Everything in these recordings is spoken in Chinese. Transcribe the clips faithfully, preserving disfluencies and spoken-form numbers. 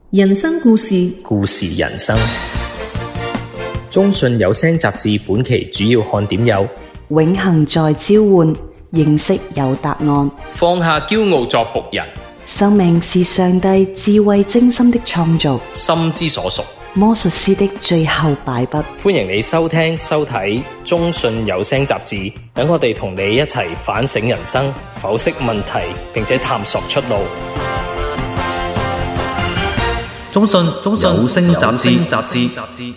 人生故事， 故事人生。中信有聲雜誌本期主要看點有： 永恆在召喚，認識有答案； 放下驕傲作僕人， 生命是上帝智慧精心的創造； 心之所屬， 魔術師的最後敗筆。 歡迎你收聽收睇中信有聲雜誌，等我哋同你一齊反省人生，剖析問題，並且探索出路。 中信中信有聲雜誌雜誌雜誌。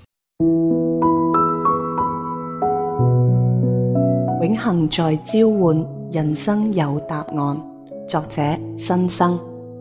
永恆在召喚，人生有答案。作者新生。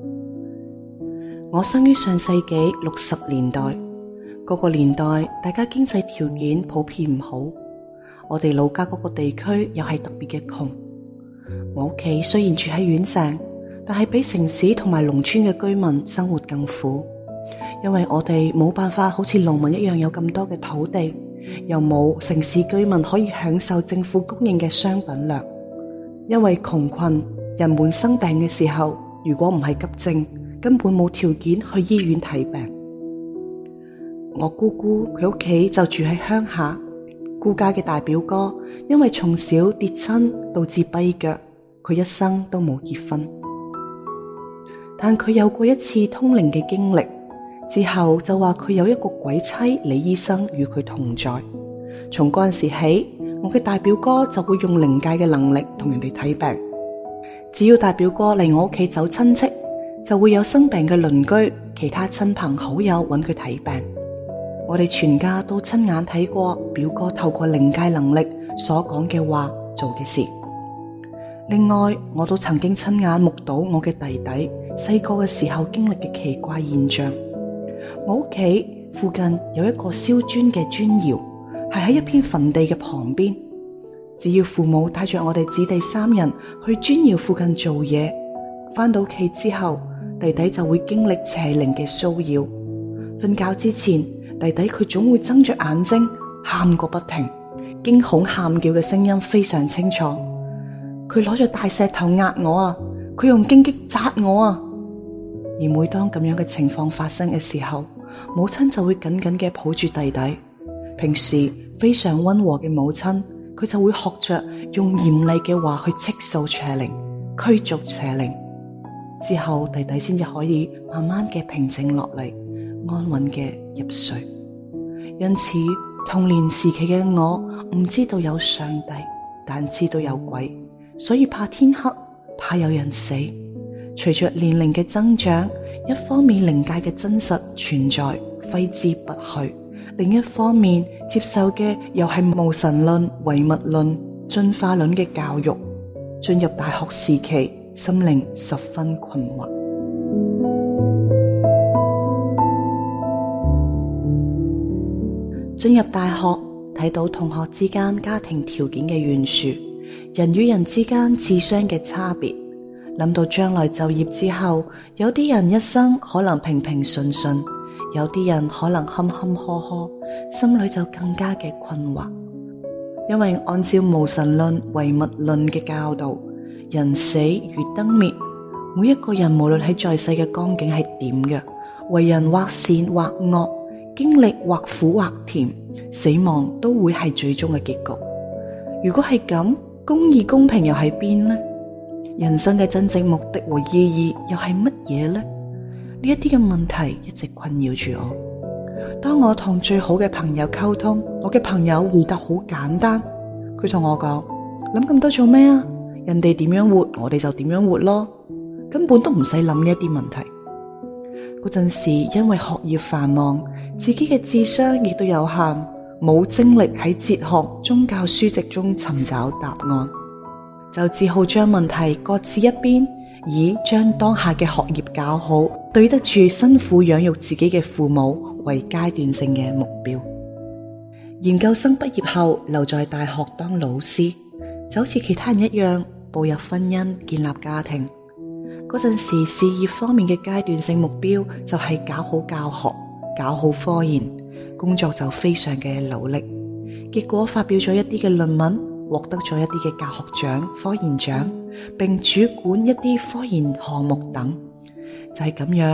我生於上世紀六十年代，嗰個年代大家經濟條件普遍唔好，我哋老家嗰個地區又係特別嘅窮。我屋企雖然住喺縣城，但係比城市同埋農村嘅居民生活更苦，因為我哋冇辦法好似農民一樣有咁多嘅土地，又冇城市居民可以享受政府供應嘅商品糧。因為窮困，人們生病嘅時候，如果唔係急症，根本冇條件去醫院睇病。我姑姑佢屋企就住喺鄉下，姑家嘅大表哥因為從小跌親導致跛腳，佢一生都冇結婚。但佢有過一次通靈嘅經歷，之後就話佢有一個鬼妻李醫生與佢同在。從嗰陣時起，我嘅大表哥就會用靈界嘅能力同人哋睇病。只要大表哥嚟我屋企走親戚，就會有生病嘅鄰居、其他親朋好友揾佢睇病。我哋全家都親眼睇過表哥透過靈界能力所講嘅話做嘅事。另外，我都曾經親眼目睹我嘅弟弟細個嘅時候經歷嘅奇怪現象。我屋企附近有一個燒磚嘅磚窯，係喺一片墳地嘅旁邊。只要父母帶着我哋子弟三人去磚窯附近做嘢，返到屋企之後，弟弟就會經歷邪靈嘅騷擾。瞓覺之前，弟弟佢總會睜着眼睛喊個不停，驚恐喊叫嘅聲音非常清楚。佢攞咗大石頭壓我啊，佢用荊棘扎我啊。而每當咁樣嘅情況發生嘅時候，母親就會緊緊嘅抱住弟弟。平時非常溫和嘅母親，佢就會學着用嚴厲嘅話去斥訴邪靈，驅逐邪靈。之後弟弟先至可以慢慢嘅平靜落嚟，安穩嘅入睡。因此童年時期嘅我唔知道有上帝，但知道有鬼，所以怕天黑，怕有人死。隨着年齡嘅增長，一方面靈界嘅真實存在揮之不去，另一方面接受嘅又係無神論、唯物論、進化論嘅教育。進入大學時期，心靈十分困惑。進入大學，睇到同學之間家庭條件嘅懸殊，人與人之間智商嘅差別。諗到將來就業之後，有啲人一生可能平平順順，有啲人可能坎坎坷坷，心裏就更加嘅困惑。因為按照無神論、唯物論嘅教導，人死如燈滅，每一個人無論喺在世嘅光景係點嘅，為人或善或惡，經歷或苦或甜，死亡都會係最終嘅結局。如果係咁，公義公平又喺邊呢？人生嘅真正目的和意義又係乜嘢呢？呢一啲嘅問題一直困擾住我。當我同最好嘅朋友溝通，我嘅朋友回答好簡單，佢同我講：諗咁多做咩啊？人哋點樣活，我哋就點樣活咯，根本都唔使諗呢一啲問題。嗰陣時因為學業繁忙，自己嘅智商亦都有限，冇精力喺哲學、宗教書籍中尋找答案，就只好將問題擱置一邊，以將當下嘅學業搞好，對得住辛苦養育自己嘅父母為階段性嘅目標。研究生畢業後留在大學當老師，就好似其他人一樣步入婚姻，建立家庭。嗰陣時事業方面嘅階段性目標就係搞好教學，搞好科研，工作就非常嘅努力。結果發表咗一啲嘅論文，獲得咗一啲嘅教學獎、科研獎，並主管一啲科研項目等。就係咁樣，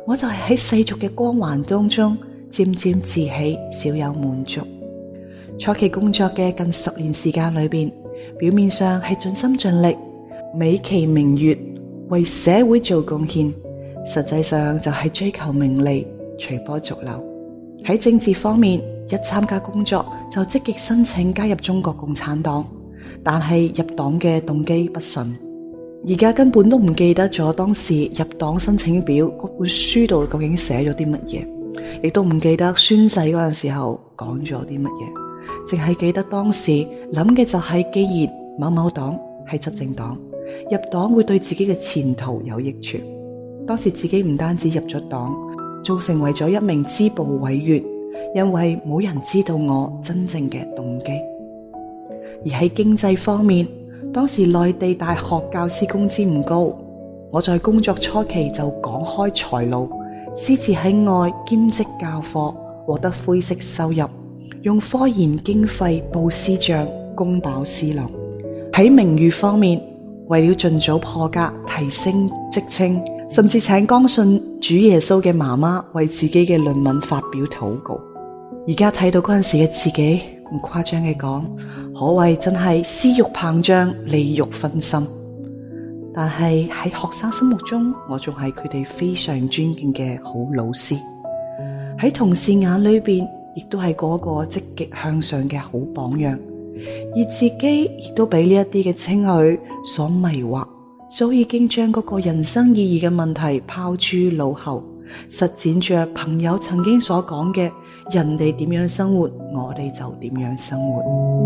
我就係喺世俗嘅光環當中沾沾自喜，少有滿足。初期工作嘅近十年時間裏邊，表面上係盡心盡力，美其名曰為社會做貢獻，實際上就係追求名利，隨波逐流。喺政治方面，一參加工作就積極申請加入中國共產黨，但係入黨嘅動機不純。而家根本都唔記得咗當時入黨申請表嗰本書度究竟寫咗啲乜嘢，亦都唔記得宣誓嗰陣時候講咗啲乜嘢，淨係記得當時諗嘅就係，既然某某黨係執政黨，入黨會對自己嘅前途有益處。當時自己唔單止入咗黨，仲成為咗一名支部委員，因為冇人知道我真正嘅動機。而喺經濟方面，當時內地大學教師工資唔高，我在工作初期就廣開財路，私自喺外兼職教課，獲得灰色收入，用科研經費報私賬，供飽私囊。喺名譽方面，為了盡早破格提升職稱，甚至請剛信主耶穌嘅媽媽為自己嘅論文發表禱告。而家睇到嗰陣時嘅自己，唔誇張嘅講，可謂真係私欲膨脹，利欲熏心。但係喺學生心目中，我仲係佢哋非常尊敬嘅好老師。喺同事眼裏邊，亦都係嗰個積極向上嘅好榜樣。而自己亦都俾呢一啲嘅稱許所迷惑，早已經將嗰個人生意義嘅問題拋諸腦後，實踐着朋友曾經所講嘅，人哋點樣生活，我哋就點樣生活。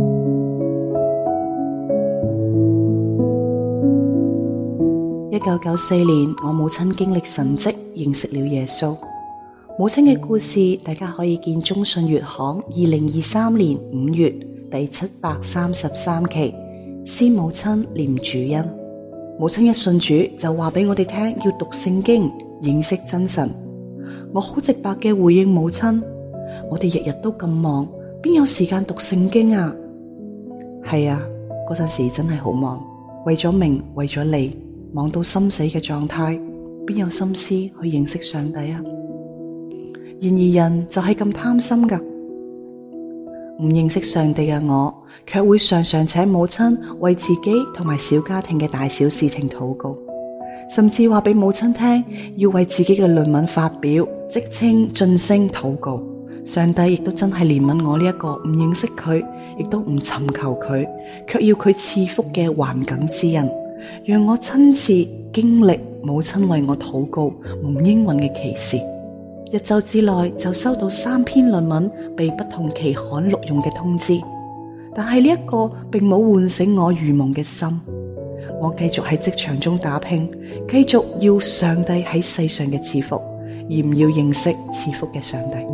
一九九四年，我母親經歷神蹟，認識了耶穌。母親嘅故事，大家可以見中信月刊二零二三年五月第七百三十三期，思母親念主恩。母親一信主就話俾我哋聽，要讀聖經，認識真神。我好直白嘅回應母親，我哋日日都咁忙，邊有時間讀聖經啊？係啊，嗰陣時真係好忙，為咗名，為咗利，忙到心死嘅狀態，邊有心思去認識上帝啊？然而人就係咁貪心噶，唔認識上帝嘅我，卻會常常請母親為自己同埋小家庭嘅大小事情禱告，甚至話俾母親聽，要為自己嘅論文發表、職稱晉升禱告。上帝亦都真係憐憫我呢一個唔認識佢，亦都唔尋求佢，卻要佢賜福嘅頑梗之人，讓我親自經歷母親為我禱告蒙應允嘅奇事。一周之內就收到三篇論文被不同期刊錄用嘅通知，但係呢一個並冇喚醒我愚蒙嘅心。我繼續喺職場中打拼，繼續要上帝喺世上嘅賜福，而唔要認識賜福嘅上帝。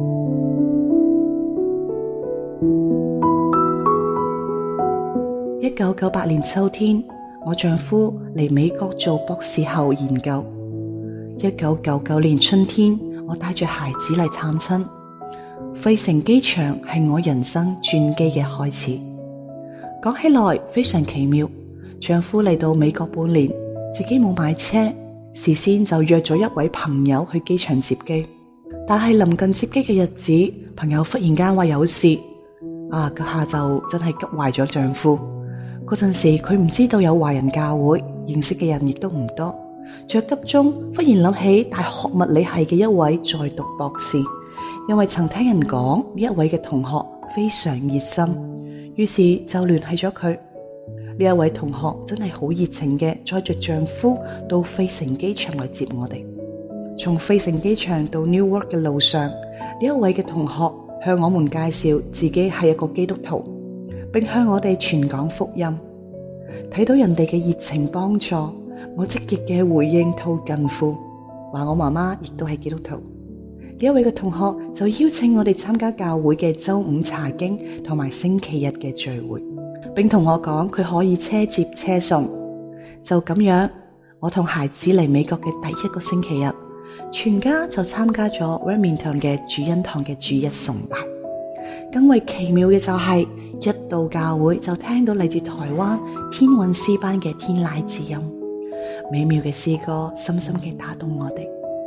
一九九八年秋天，我丈夫嚟美國做博士後研究。一九九九年春天，我帶住孩子嚟探親。費城機場係我人生轉機嘅開始。講起來非常奇妙，丈夫嚟到美國半年，自己冇買車，事先就約咗一位朋友去機場接機。但係臨近接機嘅日子，朋友忽然間話有事，啊，個下晝真係急壞咗丈夫。嗰陣時佢唔知道有華人教會，認識嘅人亦都唔多。着急中忽然諗起大學物理系嘅一位在讀博士，因為曾聽人講呢一位嘅同學非常熱心，於是就聯繫咗佢。呢一位同學真係好熱情嘅，載着丈夫到費城機場來接我哋。從費城機場到 Newark 嘅路上，呢一位嘅同學向我們介紹自己係一個基督徒，並向我哋傳講福音。睇到人哋嘅熱情幫助，我積極嘅回應套近乎，話我媽媽亦都係基督徒。呢一位嘅同學就邀請我哋參加教會嘅周五查經同埋星期日嘅聚會，並同我講佢可以車接車送。就咁樣，我同孩子嚟美國嘅第一個星期日，全家就參加咗 Remington 嘅主恩堂嘅主日崇拜。更為奇妙嘅就係、是、一到教會就聽到嚟自台灣天韻詩班嘅天籟之音，美妙嘅詩歌深深嘅打動我哋。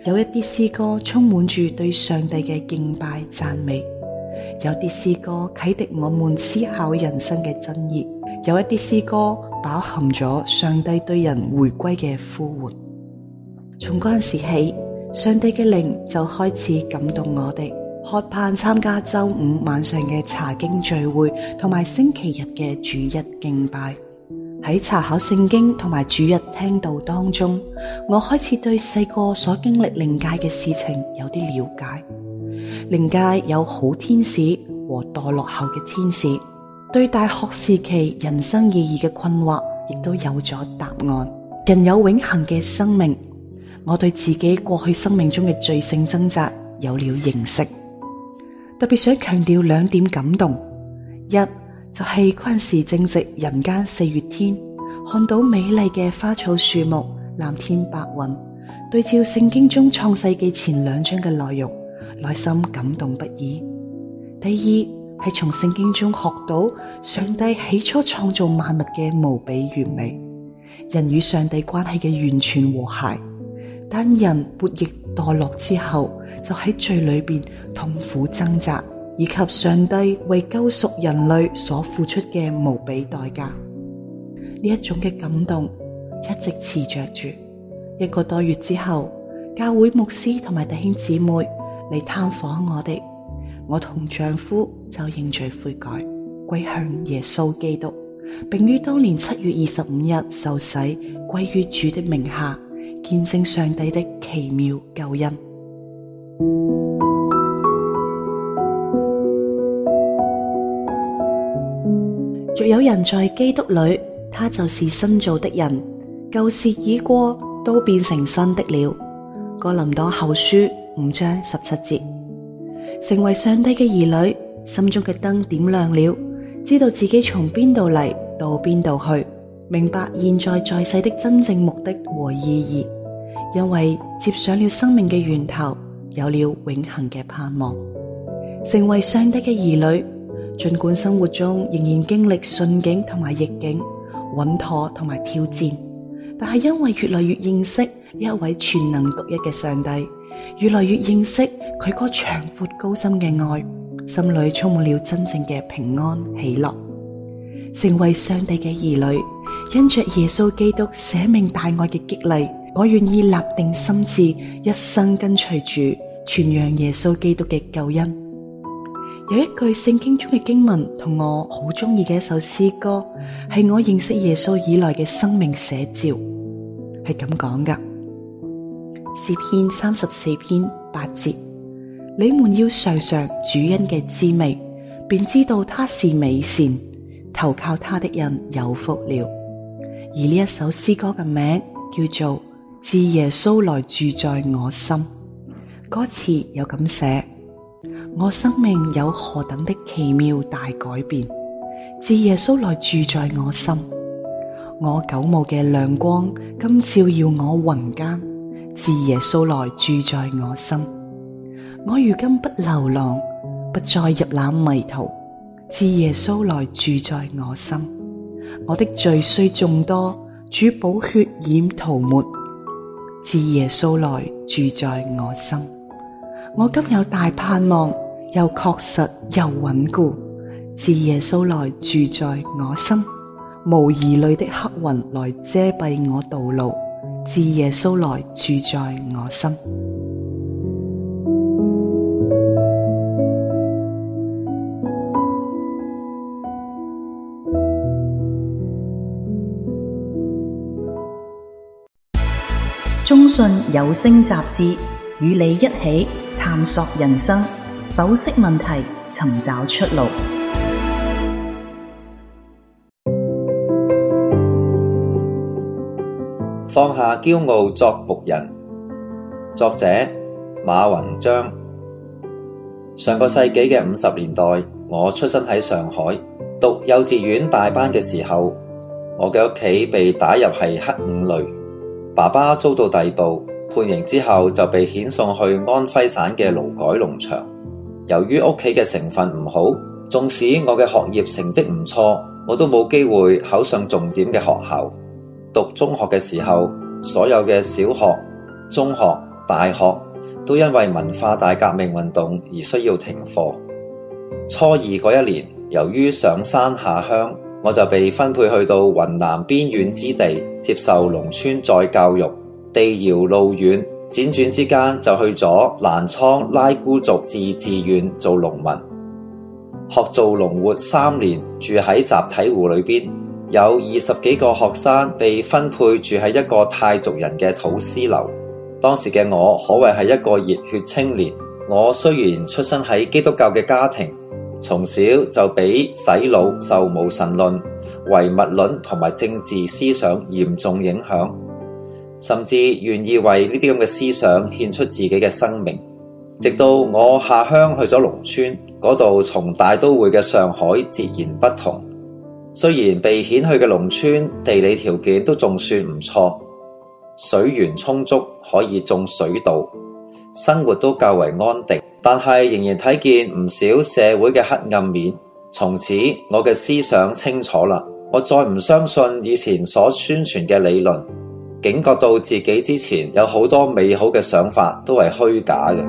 有一啲詩歌充滿住對上帝嘅敬拜讚美，有啲詩歌啟迪我們思考人生嘅真義，有一啲詩歌飽含咗上帝對人回歸嘅呼喚。從嗰陣時起，上帝嘅靈就開始感動我哋，渴盼參加周五晚上嘅查經聚會同埋星期日嘅主日敬拜。喺查考聖經同埋主日聽道當中，我開始對細個所經歷靈界嘅事情有啲了解。靈界有好天使和墮落後嘅天使，對大學時期人生意義嘅困惑亦都有咗答案。人有永恆嘅生命，我對自己過去生命中嘅罪性掙扎有了認識。特別想強調兩點感動，一就係嗰陣時正值人間四月天，看到美麗嘅花草樹木、藍天白雲，對照聖經中創世紀前兩章嘅內容，內心感動不已。第二係從聖經中學到上帝起初創造萬物嘅無比完美，人與上帝關係嘅完全和諧，但人悖逆墮落之後，就喺罪裏邊痛苦掙扎，以及上帝為救贖人類所付出嘅無比代價。呢一種嘅感動一直持着住。一個多月之後，教會牧師同埋弟兄姊妹嚟探訪我哋，我同丈夫就認罪悔改，歸向耶穌基督，並於當年七月二十五日受洗，歸於主的名下，見證上帝的奇妙救恩。若有人在基督裏，他就是新造的人，舊事已過，都變成新的了。哥林多後書五章十七節。成為上帝嘅兒女，心中嘅燈點亮了，知道自己從邊度嚟到邊度去，明白現在在世的真正目的和意義，因為接上了生命嘅源頭，有了永恆嘅盼望。成為上帝嘅兒女，儘管生活中仍然經歷順境同埋逆境，穩妥同埋挑戰，但係因為越來越認識呢一位全能獨一嘅上帝，越來越認識佢嗰長闊高深嘅愛，心裏充滿了真正嘅平安喜樂。成為上帝嘅兒女，因着耶穌基督捨命大愛嘅激勵，我願意立定心志，一生跟隨主，傳揚耶穌基督嘅救恩。有一句聖經中嘅經文同我好中意嘅一首詩歌，係我認識耶穌以來嘅生命寫照，係咁講噶。詩篇三十四篇八節，你們要嘗嘗主恩嘅滋味，便知道他是美善，投靠他的人有福了。而呢一首詩歌嘅名叫做自耶穌來住在我心，歌詞有咁寫：我生命有何等的奇妙大改變，自耶穌來住在我心。我久慕嘅亮光，今照耀我雲間，自耶穌來住在我心。我如今不流浪，不再入攬迷途，自耶穌來住在我心。我的罪雖眾多，主寶血染塗抹，自耶穌來住在我心。我今有大盼望，又確實又穩固，自耶穌來住在我心。無疑慮的黑雲來遮蔽我道路，自耶穌來住在我心。 中信有聲雜誌，與你一起探索人生，剖析問題，尋找出路。 放下驕傲作僕人，作者馬雲章。上個世紀嘅五十年代，我出生喺上海，讀幼稚園大班嘅時候，我嘅屋企被打入係黑五類，爸爸遭到逮捕，判刑之後就被遣送去安徽省嘅勞改農場。由於屋企嘅成分唔好，縱使我嘅學業成績唔錯，我都冇機會考上重點嘅學校。讀中學嘅時候，所有嘅小學、中學、 大學都因為文化大革命運動而需要停課。初二嗰一年，由於上山下鄉，我就被分配去到雲南邊遠之地接受農村再教育。地遙路遠，輾轉之間就去咗瀾滄拉祜族自治縣做農民，學做農活三年，住喺集體戶裏邊。有二十幾個學生被分配住喺一個泰族人嘅土司樓。當時嘅我可謂係一個熱血青年。我雖然出生喺基督教嘅家庭，從小就俾洗腦受無神論、唯物論同埋政治思想嚴重影響，甚至願意為呢啲咁嘅思想獻出自己嘅生命。直到我下鄉去咗農村，嗰度同大都會嘅上海截然不同。雖然被遣去嘅農村地理條件都仲算唔錯，水源充足，可以種水稻，生活都較為安定，但係仍然睇見唔少社會嘅黑暗面。從此我嘅思想清楚啦，我再唔相信以前所宣傳嘅理論，警覺到自己之前有好多美好嘅想法都係虛假嘅。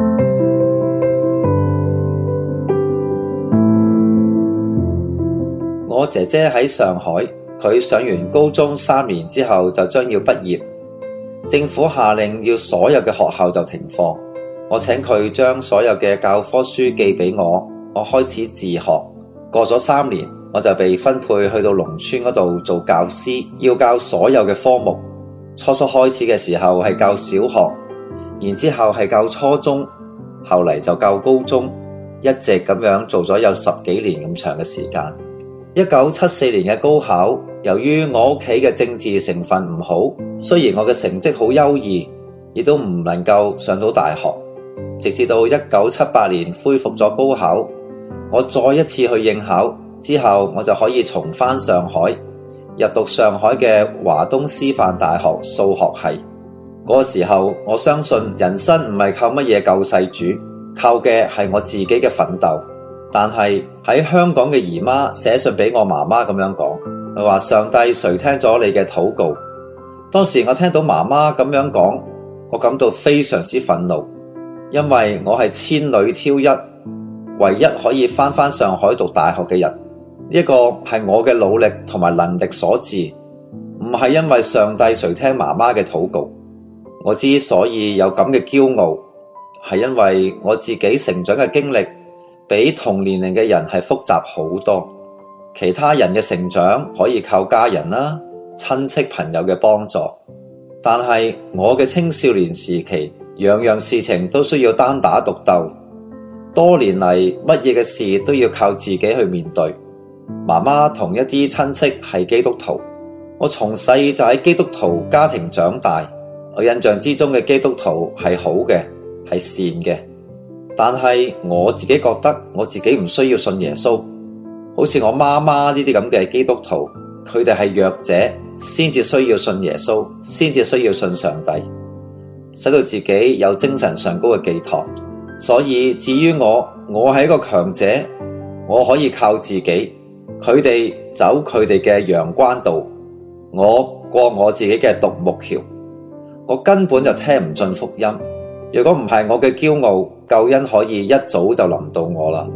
我姐姐喺上海，佢上完高中三年之後就將要畢業，政府下令要所有嘅學校就停課。我請佢將所有嘅教科書寄俾我，我開始自學。過咗三年，我就被分配去到農村嗰度做教師，要教所有嘅科目。初初開始嘅時候係教小學，然之後係教初中，後嚟就教高中，一直咁樣做咗有十幾年咁長嘅時間。一九七四年嘅高考，由於我屋企嘅政治成分唔好，雖然我嘅成績好優異，亦都唔能夠上到大學。直至到一九七八年恢復咗高考，我再一次去應考之後，我就可以重返上海，入讀上海嘅華東師範大學數學系。嗰個時候，我相信人生唔係靠乜嘢救世主，靠嘅係我自己嘅奮鬥。但係喺香港嘅姨媽寫信俾我媽媽咁樣講，佢話上帝垂聽咗你嘅禱告。當時我聽到媽媽咁樣講，我感到非常之憤怒，因為我係千里挑一，唯一可以翻返上海讀大學嘅人。呢一個係我嘅努力同埋能力所致，唔係因為上帝垂聽媽媽嘅禱告。我之所以有咁嘅驕傲，係因為我自己成長嘅經歷比同年齡嘅人係複雜好多。其他人嘅成長可以靠家人啦、親戚朋友嘅幫助，但係我嘅青少年時期，樣樣事情都需要單打獨鬥。多年嚟，乜嘢嘅事都要靠自己去面對。媽媽同一啲親戚係基督徒，我從細就喺基督徒家庭長大。我印象之中嘅基督徒係好嘅，係善嘅。但係我自己覺得我自己唔需要信耶穌，好似我媽媽呢啲咁嘅基督徒，佢哋係弱者，先至需要信耶穌，先至需要信上帝，使到自己有精神上高嘅寄託。所以至於我，我係一個強者，我可以靠自己。佢哋走佢哋嘅陽關道，我過我自己嘅獨木橋。我根本就聽唔進福音。如果唔係我嘅驕傲，救恩可以一早就臨到我啦。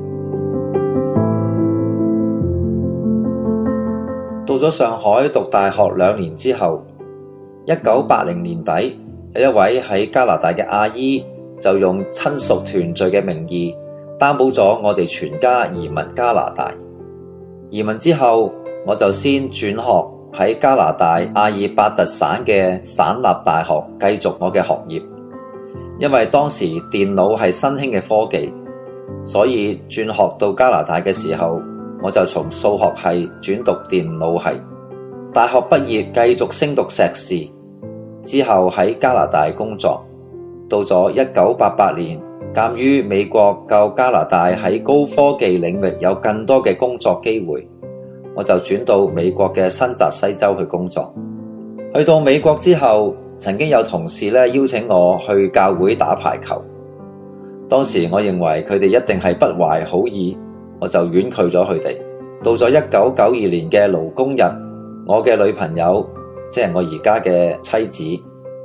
到咗上海讀大學兩年之後，一九八零年底，有一位喺加拿大嘅阿姨就用親屬團聚嘅名義擔保咗我哋全家移民加拿大。移民之後，我就先轉學喺加拿大阿爾伯特省嘅省立大學繼續我嘅學業。因為當時電腦係新興嘅科技，所以轉學到加拿大嘅時候，我就從數學系轉讀電腦系。大學畢業繼續升讀碩士，之後喺加拿大工作。到咗一九八八年，鑒於美國較加拿大喺高科技領域有更多嘅工作機會，我就轉到美國嘅新澤西州去工作。去到美國之後，曾經有同事咧邀請我去教會打排球，當時我認為佢哋一定係不懷好意，我就婉拒咗佢哋。到咗一九九二年嘅勞工日，我嘅女朋友，即係我而家嘅妻子，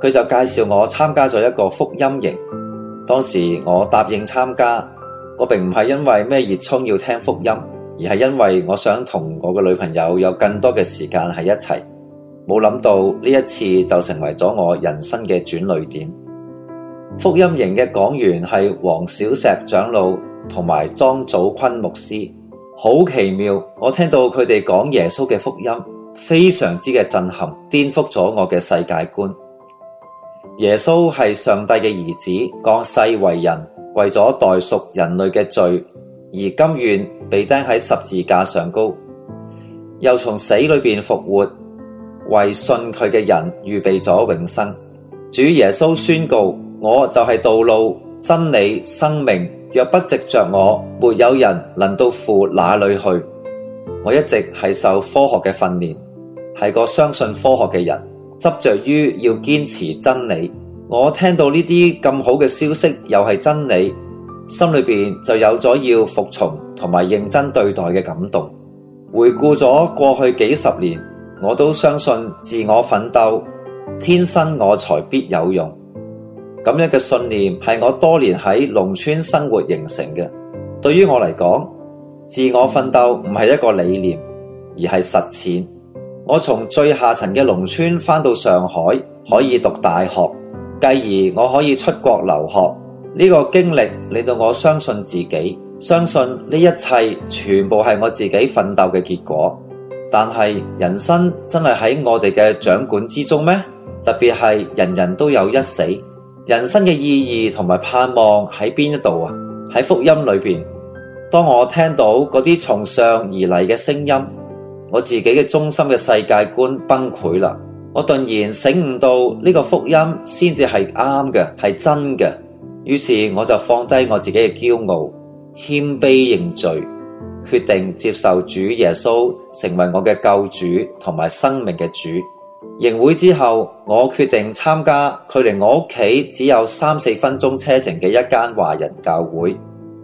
佢就介紹我參加咗一個福音營。當時我答應參加，我並唔係因為咩熱衷要聽福音，而係因為我想同我嘅女朋友有更多嘅時間喺一齊。冇諗到呢一次就成為咗我人生嘅轉捩點。福音營嘅講員係黃小石長老同埋莊祖坤牧師，好奇妙！我聽到佢哋講耶穌嘅福音，非常之嘅震撼，顛覆咗我嘅世界觀。耶穌係上帝嘅兒子，降世為人，為咗代贖人類嘅罪，而甘願被釘喺十字架上高，又從死裏邊復活，為信佢嘅人預備咗永生。主耶穌宣告：我就係道路、真理、生命，若不藉着我，沒有人能到父那裏去。我一直係受科學嘅訓練，係個相信科學嘅人，執着於要堅持真理。我聽到呢啲咁好嘅消息，又係真理，心裏邊就有咗要服從同埋認真對待嘅感動。回顧咗過去幾十年，我都相信自我奮鬥，天生我材必有用。咁樣嘅信念係我多年喺農村生活形成嘅。對於我嚟講，自我奮鬥唔係一個理念，而係實踐。我從最下層嘅農村返到上海，可以讀大學，繼而我可以出國留學。呢個經歷令到我相信自己，相信呢一切全部係我自己奮鬥嘅結果。但係人生真係喺我哋嘅掌管之中咩？特別係人人都有一死，人生嘅意義同埋盼望喺邊一度啊？喺福音裏邊，當我聽到嗰啲從上而嚟嘅聲音，我自己嘅中心嘅世界觀崩潰啦！我頓然醒悟到呢個福音先至係啱嘅，係真嘅。於是我就放低我自己嘅驕傲，謙卑認罪，決定接受主耶穌成為我嘅救主同埋生命嘅主。營會之後，我決定參加距離我屋企只有三四分鐘車程嘅一間華人教會。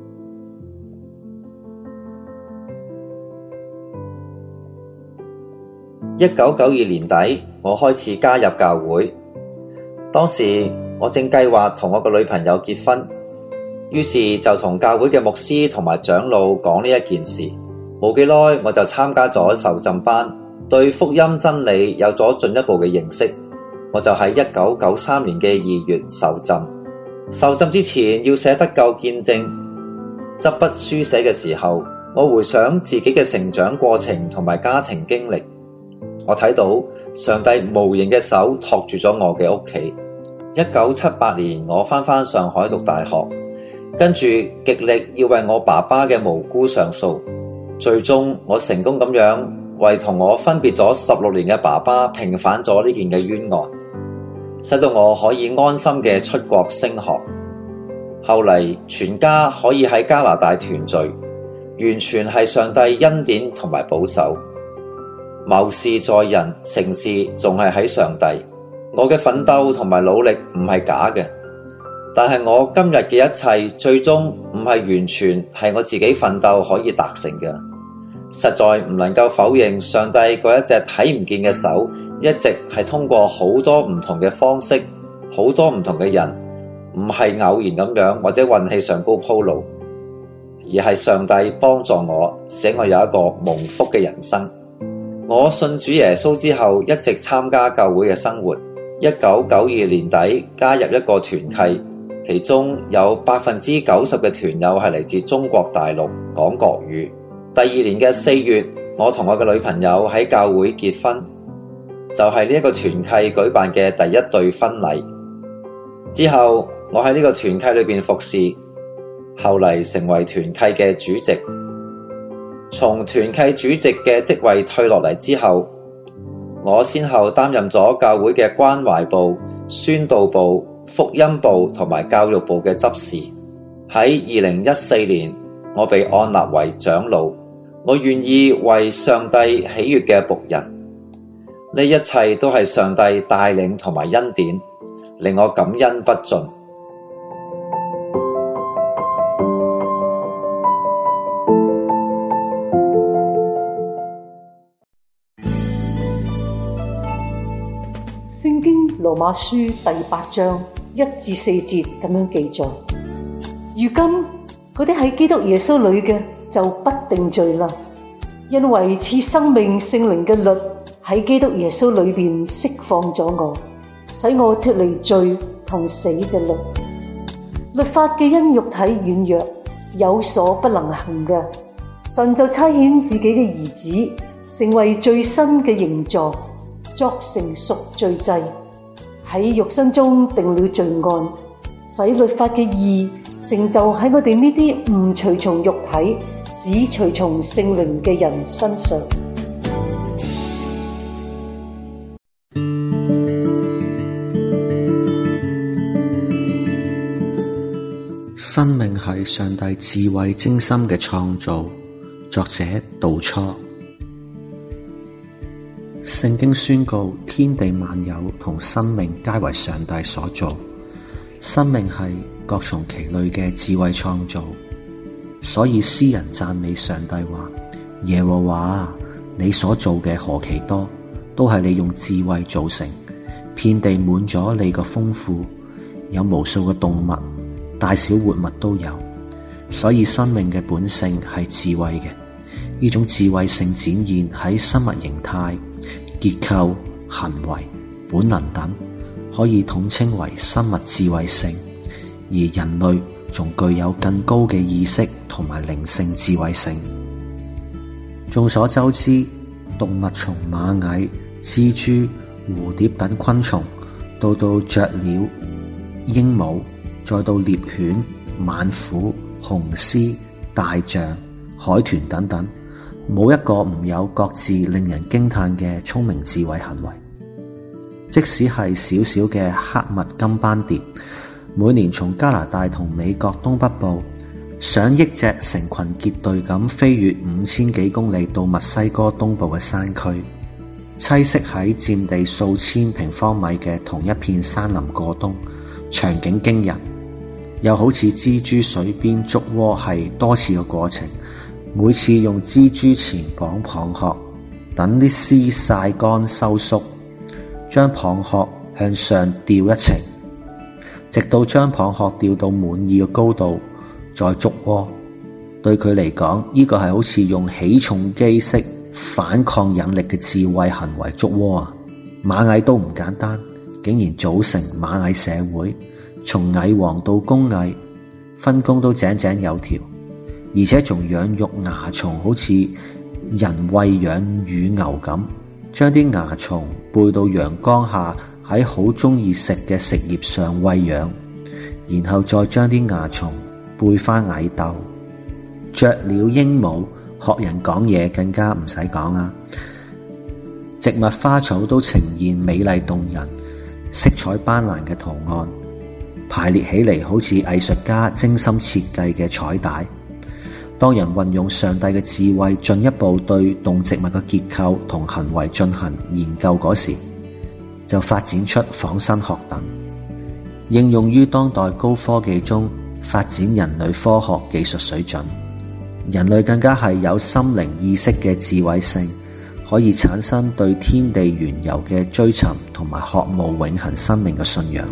一九九二年底，我開始加入教會。當時我正計劃同我個女朋友結婚，於是就同教會嘅牧師同埋長老講呢一件事。冇幾耐，我就參加咗受浸班，對福音真理有咗進一步嘅認識。我就喺一九九三年嘅二月受浸。受浸之前要寫得救見證，執筆書寫嘅時候，我回想自己嘅成長過程同埋家庭經歷。我睇到上帝無形嘅手托住咗我嘅屋企。一九七八年，我返返上海讀大學，跟住極力要為我爸爸嘅無辜上訴。最終我成功咁樣為同我分別咗十六年嘅爸爸平反咗呢件嘅冤案，使到我可以安心嘅出國升學。後嚟全家可以喺加拿大團聚，完全係上帝恩典同埋保守。謀事在人，成事仲係喺上帝。我嘅奮鬥同埋努力唔係假嘅，但係我今日嘅一切最終唔係完全係我自己奮鬥可以達成嘅。實在唔能夠否認上帝嗰一隻睇唔見嘅手，一直係通過好多唔同嘅方式，好多唔同嘅人，唔係偶然咁樣或者運氣上高鋪路，而係上帝幫助我，使我有一個蒙福嘅人生。我信主耶穌之後，一直參加教會嘅生活。一九九二年底加入一個團契，其中有百分之九十嘅團友係嚟自中國大陸，講國語。第二年嘅四月，我同我嘅女朋友喺教會結婚，就係呢一個團契舉辦嘅第一對婚禮。之後我喺呢個團契裏邊服侍，後嚟成為團契嘅主席。從團契主席嘅職位退落嚟之後，我先後擔任咗教會嘅關懷部、宣道部、福音部同埋教育部嘅執事。喺二零一四年，我被按立為長老。我願意為上帝喜悅嘅僕人。呢一切都係上帝帶領同埋恩典，令我感恩不盡。 聖經羅馬書第八章一至四節咁樣記載。如今嗰啲喺基督耶穌裏嘅就不定罪啦，因為賜生命聖靈嘅律喺基督耶穌裏邊釋放咗我，使我脫離罪同死嘅律。律法嘅因肉體軟弱有所不能行嘅，神就差遣自己嘅兒子成為最新嘅形狀，作成贖罪祭，喺肉身中定了罪案，使律法嘅義成就喺我哋呢啲唔隨從肉體只隨從聖靈嘅人身上。 生命係上帝智慧精心嘅創造，作者道初。聖經宣告天地萬有同生命皆為上帝所造，生命係各從其類嘅智慧創造，所以詩人讚美上帝話：耶和華，你所造嘅何其多，都係你用智慧造成，遍地滿咗你嘅豐富，有無數嘅動物，大小活物都有，所以生命嘅本性係智慧嘅。呢種智慧性展現喺生物形態、結構、行為、本能等，可以統稱為生物智慧性。而人類仲具有更高嘅意識同埋靈性智慧性。眾所周知，動物從螞蟻、蜘蛛、蝴蝶等昆蟲，到到雀鳥、鸚鵡，再到獵犬、猛虎、雄獅、大象、海豚等等，冇一個唔有各自令人驚嘆嘅聰明智慧行為。即使係小小嘅黑麥金斑蝶，每年從加拿大同美國東北部上億隻成群結隊咁飛越五千幾公里到墨西哥東部嘅山區，棲息喺佔地數千平方米嘅同一片山林過冬，場景驚人。又好似蜘蛛水邊捉窩係多次嘅過程，每次用蜘蛛纏綁蚌殼，等啲絲曬乾收縮，將蚌殼向上吊一程，直到將蚌殼吊到滿意嘅高度再捉窩。對佢嚟講，呢個係好似用起重機式反抗引力嘅智慧行為捉窩啊！螞蟻都唔簡單，竟然組成螞蟻社會，從蟻王到工蟻，分工都井井有條，而且仲養育蚜蟲，好似人餵養乳牛咁，將啲蚜蟲背到陽光下，喺好中意食嘅食葉上餵養，然後再將啲蚜蟲背返蟻竇。雀鳥鸚鵡學人講嘢更加唔使講啦，植物花草都呈現美麗動人、色彩斑斕嘅圖案，排列起嚟好似藝術家精心設計嘅彩帶。當人運用上帝嘅智慧進一步對動植物嘅結構同行為進行研究嗰時，就發展出仿生學等，應用於當代高科技中發展人類科學技術水準。人類更加係有心靈意識嘅智慧性，可以產生對天地緣由嘅追尋同埋渴慕永恆生命嘅信仰。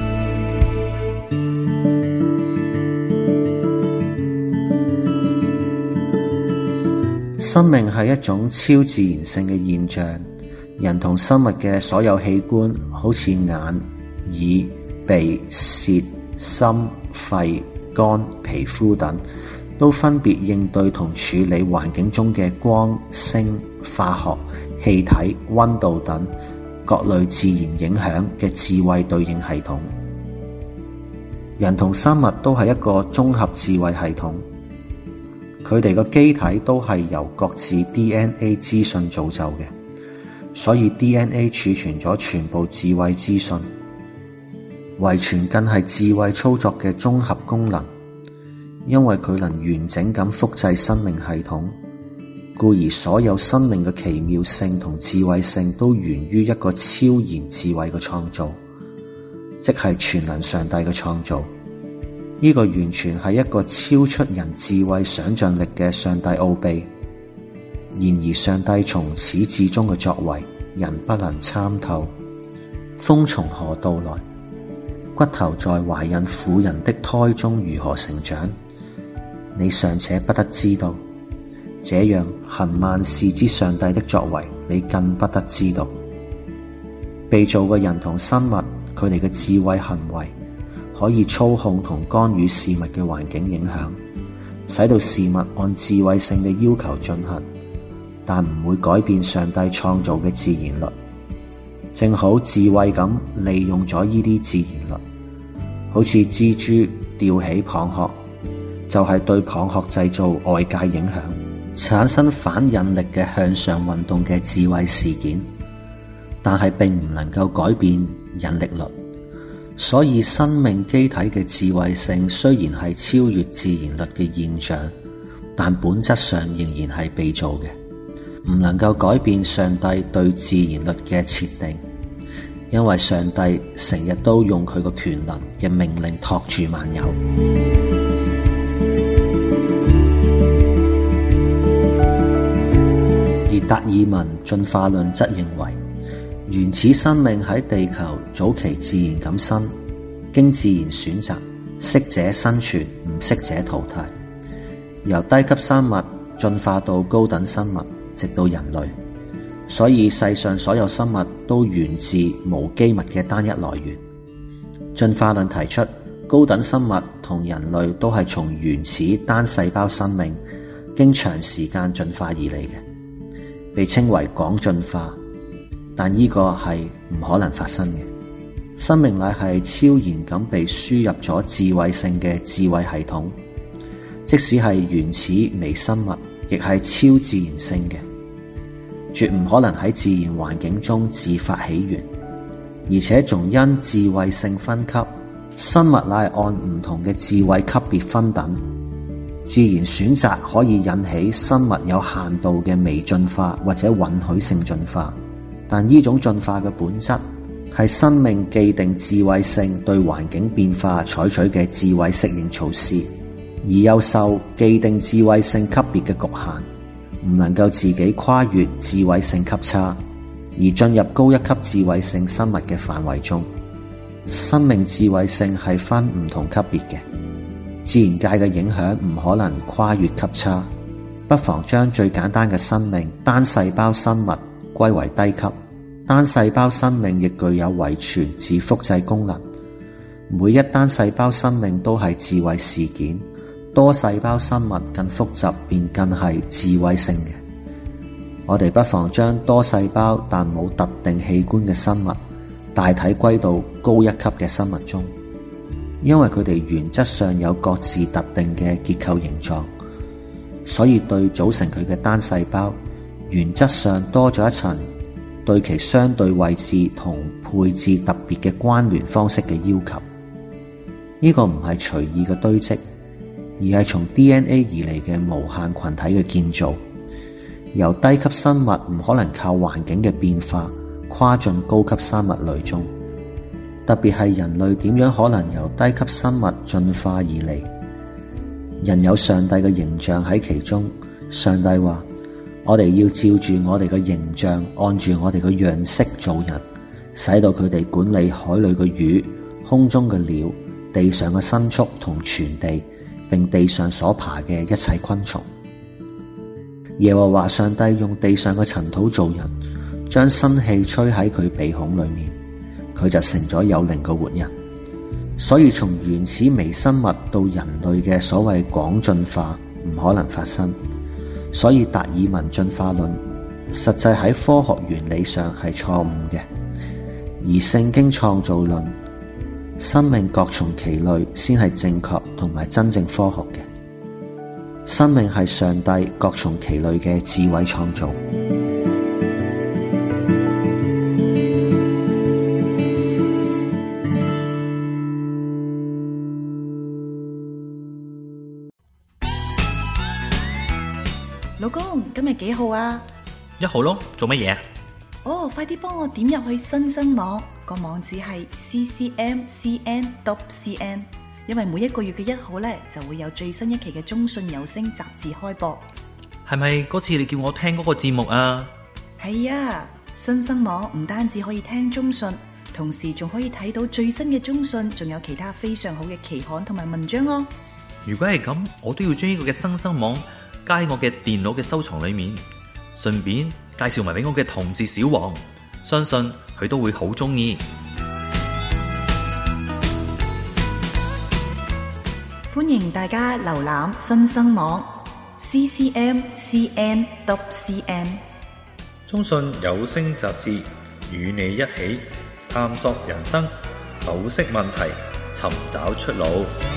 生命係一種超自然性嘅現象，人同生物嘅所有器官，好似眼、耳、鼻、舌、心、肺、肝、皮膚等，都分別應對同處理環境中嘅光、聲、化學、氣體、溫度等各類自然影響嘅智慧對應系統。人同生物都係一個綜合智慧系統，佢哋個機體都係由各自 D N A 資訊造就嘅，所以 D N A 儲存咗全部智慧資訊。遺傳更係智慧操作嘅綜合功能，因為佢能完整咁複製生命系統，故而所有生命嘅奇妙性同智慧性都源於一個超然智慧嘅創造，即係全能上帝嘅創造。呢個完全係一個超出人智慧想象力嘅上帝奧秘。然而上帝從始至終嘅作為，人不能參透。 風從何到來？骨頭在懷孕婦人的胎中如何成長？你尚且不得知道，這樣行萬事之上帝的作為，你更不得知道。被造嘅人同生物，佢哋嘅智慧行為，可以操控同干預事物嘅環境影響，使到事物按智慧性嘅要求進行，但唔會改變上帝創造嘅自然律。正好智慧咁利用咗呢啲自然律，好似蜘蛛吊起蚌殼，就係、是、對蚌殼製造外界影響，產生反引力嘅向上運動嘅智慧事件，但係並唔能夠改變引力律。所以生命機體嘅智慧性雖然係超越自然律嘅現象，但本質上仍然係被造嘅，唔能夠改變上帝對自然律嘅設定，因為上帝成日都用佢個權能嘅命令托住萬有。而達爾文進化論則認為，原始生命喺地球早期自然咁生，經自然選擇，適者生存，唔適者淘汰，由低級生物進化到高等生物，直到人類。所以世上所有生物都源自無機物嘅單一來源。進化論提出，高等生物同人類都係從原始單細胞生命經長時間進化而嚟嘅，被稱為廣進化。但呢個係唔可能發生嘅。生命乃係超然咁被輸入咗智慧性嘅智慧系統，即使係原始微生物，亦係超自然性嘅，絕唔可能喺自然環境中自發起源，而且仲因智慧性分級，生物乃係按唔同嘅智慧級別分等。自然選擇可以引起生物有限度嘅微進化或者允許性進化。但呢種進化嘅本質係生命既定智慧性對環境變化採取嘅智慧適應措施，而又受既定智慧性級別嘅局限，唔能夠自己跨越智慧性級差，而進入高一級智慧性生物嘅範圍中。生命智慧性係分唔同級別嘅，自然界嘅影響唔可能跨越級差，不妨將最簡單嘅生命單細胞生物歸為低級。單細胞生命亦具有遺傳自複製功能，每一單細胞生命都係智慧事件，多細胞生物更複雜便更係智慧性嘅。我哋不妨將多細胞但冇特定器官嘅生物大體歸到高一級嘅生物中，因為佢哋原則上有各自特定嘅結構形狀，所以對組成佢嘅單細胞原則上多咗一層對其相對位置同配置特別嘅關聯方式嘅要求。呢個唔係隨意嘅堆積，而係從 D N A 而嚟嘅無限群體嘅建造。由低級生物唔可能靠環境嘅變化跨進高級生物類中，特別係人類點樣可能由低級生物進化而嚟？人有上帝嘅形象喺其中，上帝話：我哋要照住我哋嘅形象，按住我哋嘅樣式做人，使到佢哋管理海裏嘅魚、空中嘅鳥、地上嘅牲畜同全地，並地上所爬嘅一切昆蟲。耶和華上帝用地上嘅塵土做人，將生氣吹喺佢鼻孔裏面，佢就成咗有靈嘅活人。所以從原始微生物到人類嘅所謂廣進化唔可能發生。所以達爾文進化論實際喺科學原理上係錯誤嘅，而聖經創造論生命各從其類先係正確同埋真正科學嘅。生命係上帝各從其類嘅智慧創造。 老公，今日幾號啊？ 一號咯，做乜嘢啊？ 哦，快啲幫我點入去新生網，個網址係 c c m c n dot c n， 因為每一個月嘅一號呢，就會有最新一期嘅中信有聲雜誌開播。 係咪嗰次你叫我聽嗰個節目啊？ 係啊，新生網唔單止可以聽中信， 同時仲可以睇到最新嘅中信，仲有其他非常好嘅期刊同埋文章哦。 如果係咁，我都要將呢個嘅新生網加喺我嘅電腦嘅收藏裏面，順便介紹埋俾我嘅同事小王，相信佢都會好鍾意。 歡迎大家瀏覽新生網 c c m c n dot c n。 中信有聲雜誌與你一起探索人生，剖析問題，尋找出路。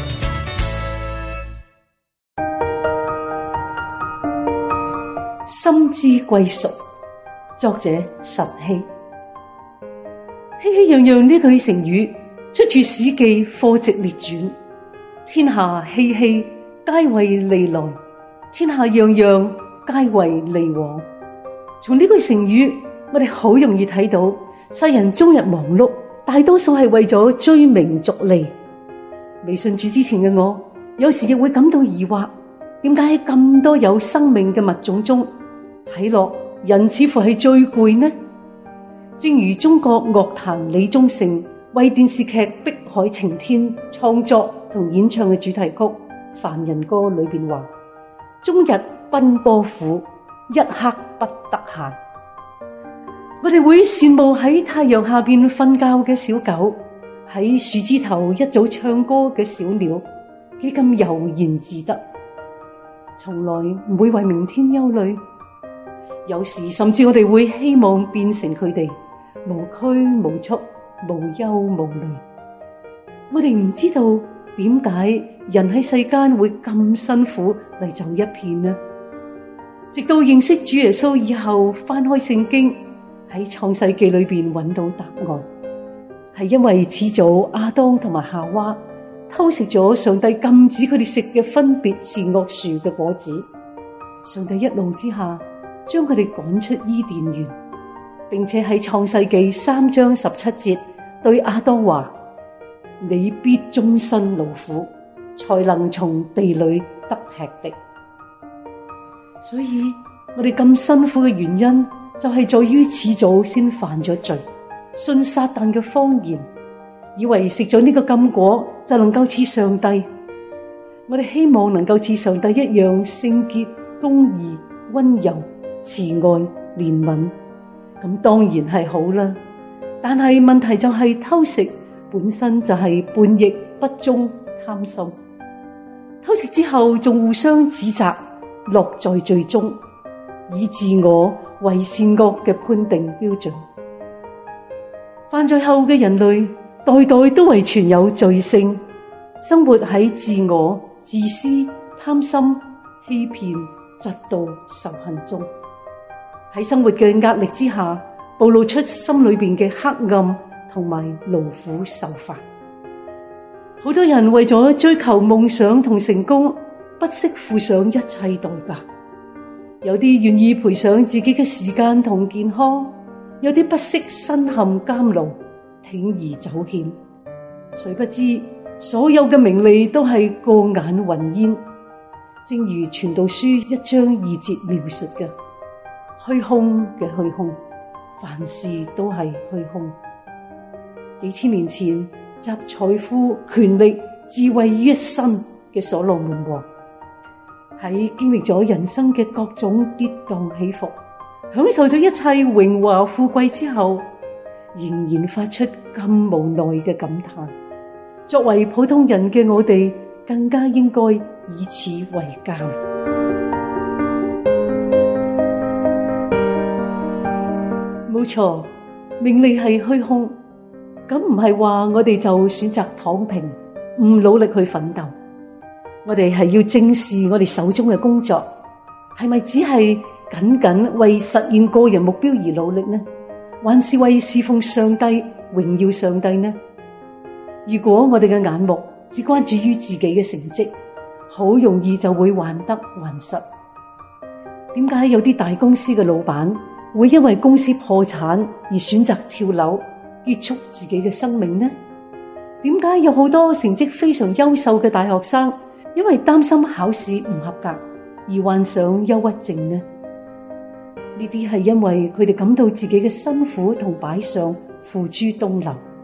心之歸屬，作者岑希。熙熙攘攘呢句成語出自《史記·貨殖列傳》，天下熙熙，皆為利來；天下攘攘，皆為利往。從呢句成語，我哋好容易睇到世人終日忙碌，大多數係為咗追名逐利。未信主之前嘅我，有時亦會感到疑惑，點解喺咁多有生命嘅物種中，睇落人似乎係最攰呢？正如中國樂壇李宗盛為電視劇《碧海晴天》創作同演唱嘅主題曲《凡人歌》裏邊話：終日奔波苦，一刻不得閒。我哋會羨慕喺太陽下邊瞓覺嘅小狗，喺樹枝頭一早唱歌嘅小鳥，幾咁悠然自得，從來唔會為明天憂慮。有時甚至我哋會希望變成佢哋，無拘無束，無憂無慮。我哋唔知道點解人喺世間會咁辛苦嚟走一遍呢？直到認識主耶穌以後，翻開聖經喺創世記裏邊揾到答案，係因為始祖亞當同埋夏娃偷食咗上帝禁止佢哋食嘅分別善惡樹嘅果子，上帝一怒之下將佢哋趕出伊甸園，並且喺創世記三章十七節對亞當話：你必終身勞苦，才能從地裏得吃的。所以我哋咁辛苦嘅原因，就係在於始祖先犯咗罪，信撒旦嘅謊言，以為食咗呢個禁果就能夠似上帝。我哋希望能夠似上帝一樣聖潔、公義、溫柔、慈愛、憐憫，咁當然係好啦。但係問題就係偷食本身就係叛逆、不忠、貪心。偷食之後仲互相指責，落在罪中，以自我為善惡嘅判定標準。犯罪後嘅人類代代都遺傳有罪性，生活喺自我、自私、貪心、欺騙、嫉妒、仇恨中。喺生活嘅壓力之下，暴露出心裏邊嘅黑暗同埋勞苦受煩。好多人為咗追求夢想同成功，不惜付上一切代價。有啲願意賠上自己嘅時間同健康，有啲不惜身陷監牢，鋌而走險。誰不知所有嘅名利都係過眼雲煙，正如《傳道書》一章二節描述嘅，虛空嘅虛空，凡事都係虛空。幾千年前集財富、權力、智慧於一身嘅所羅門王，喺經歷咗人生嘅各種跌宕起伏，享受咗一切榮華富貴之後，仍然發出咁無奈嘅感嘆。作為普通人嘅我哋，更加應該以此為鑑。冇錯，名利係虛空。咁唔係話我哋就選擇躺平，唔努力去奮鬥。我哋係要正視我哋手中嘅工作，係咪只係僅僅為實現個人目標而努力呢？還是為侍奉上帝、榮耀上帝呢？如果我哋嘅眼目只關注於自己嘅成績，好容易就會患得患失。點解有啲大公司嘅老闆會因為公司破產而選擇跳樓結束自己嘅生命呢？點解有好多成績非常優秀嘅大學生因為擔心考試唔合格而患上憂鬱症呢？呢啲係因為佢哋感到自己嘅辛苦同擺上付諸東流，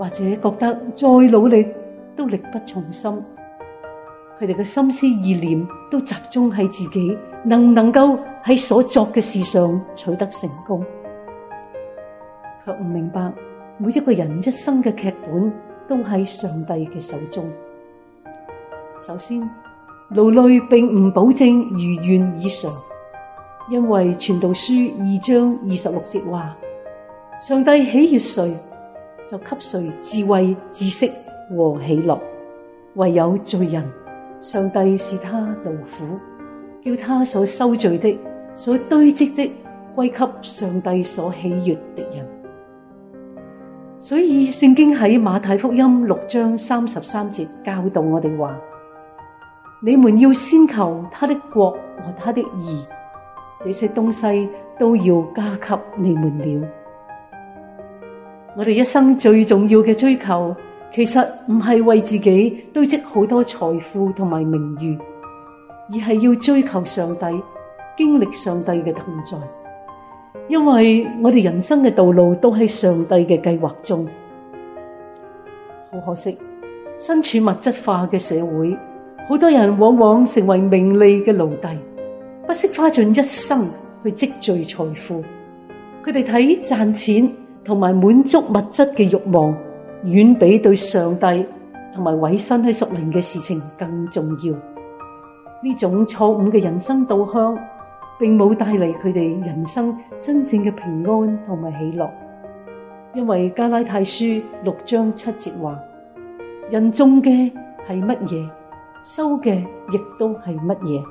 或者覺得再努力都力不從心。佢哋嘅心思意念都集中喺自己能唔能夠喺所作嘅事上取得成功，卻唔明白每一個人一生嘅劇本都喺上帝嘅手中。首先，勞累並唔保證如願以償，因為傳道書二章二十六節話：上帝喜悅誰，就給誰智慧、知識和喜樂。唯有罪人，上帝使他勞苦，叫他所收聚的、所堆積的歸給上帝所喜悅的人。所以聖經喺馬太福音六章三十三節教導我哋話：你們要先求他的國和他的義，這些東西都要加給你們了。我哋一生最重要嘅追求，其實唔係為自己堆積好多財富同埋名譽，而係要追求上帝，經歷上帝嘅同在。因為我哋人生嘅道路都喺上帝嘅計劃中。好可惜，身處物質化嘅社會，好多人往往成為名利嘅奴隸，不惜花盡一生去積聚財富。佢哋睇賺錢同埋滿足物質嘅慾望，遠比對上帝同埋委身喺屬靈嘅事情更重要。呢種錯誤嘅人生導向，並冇帶嚟佢哋人生真正嘅平安同埋喜樂。因為加拉太書六章七節話：人種嘅係乜嘢，收嘅亦都係乜嘢。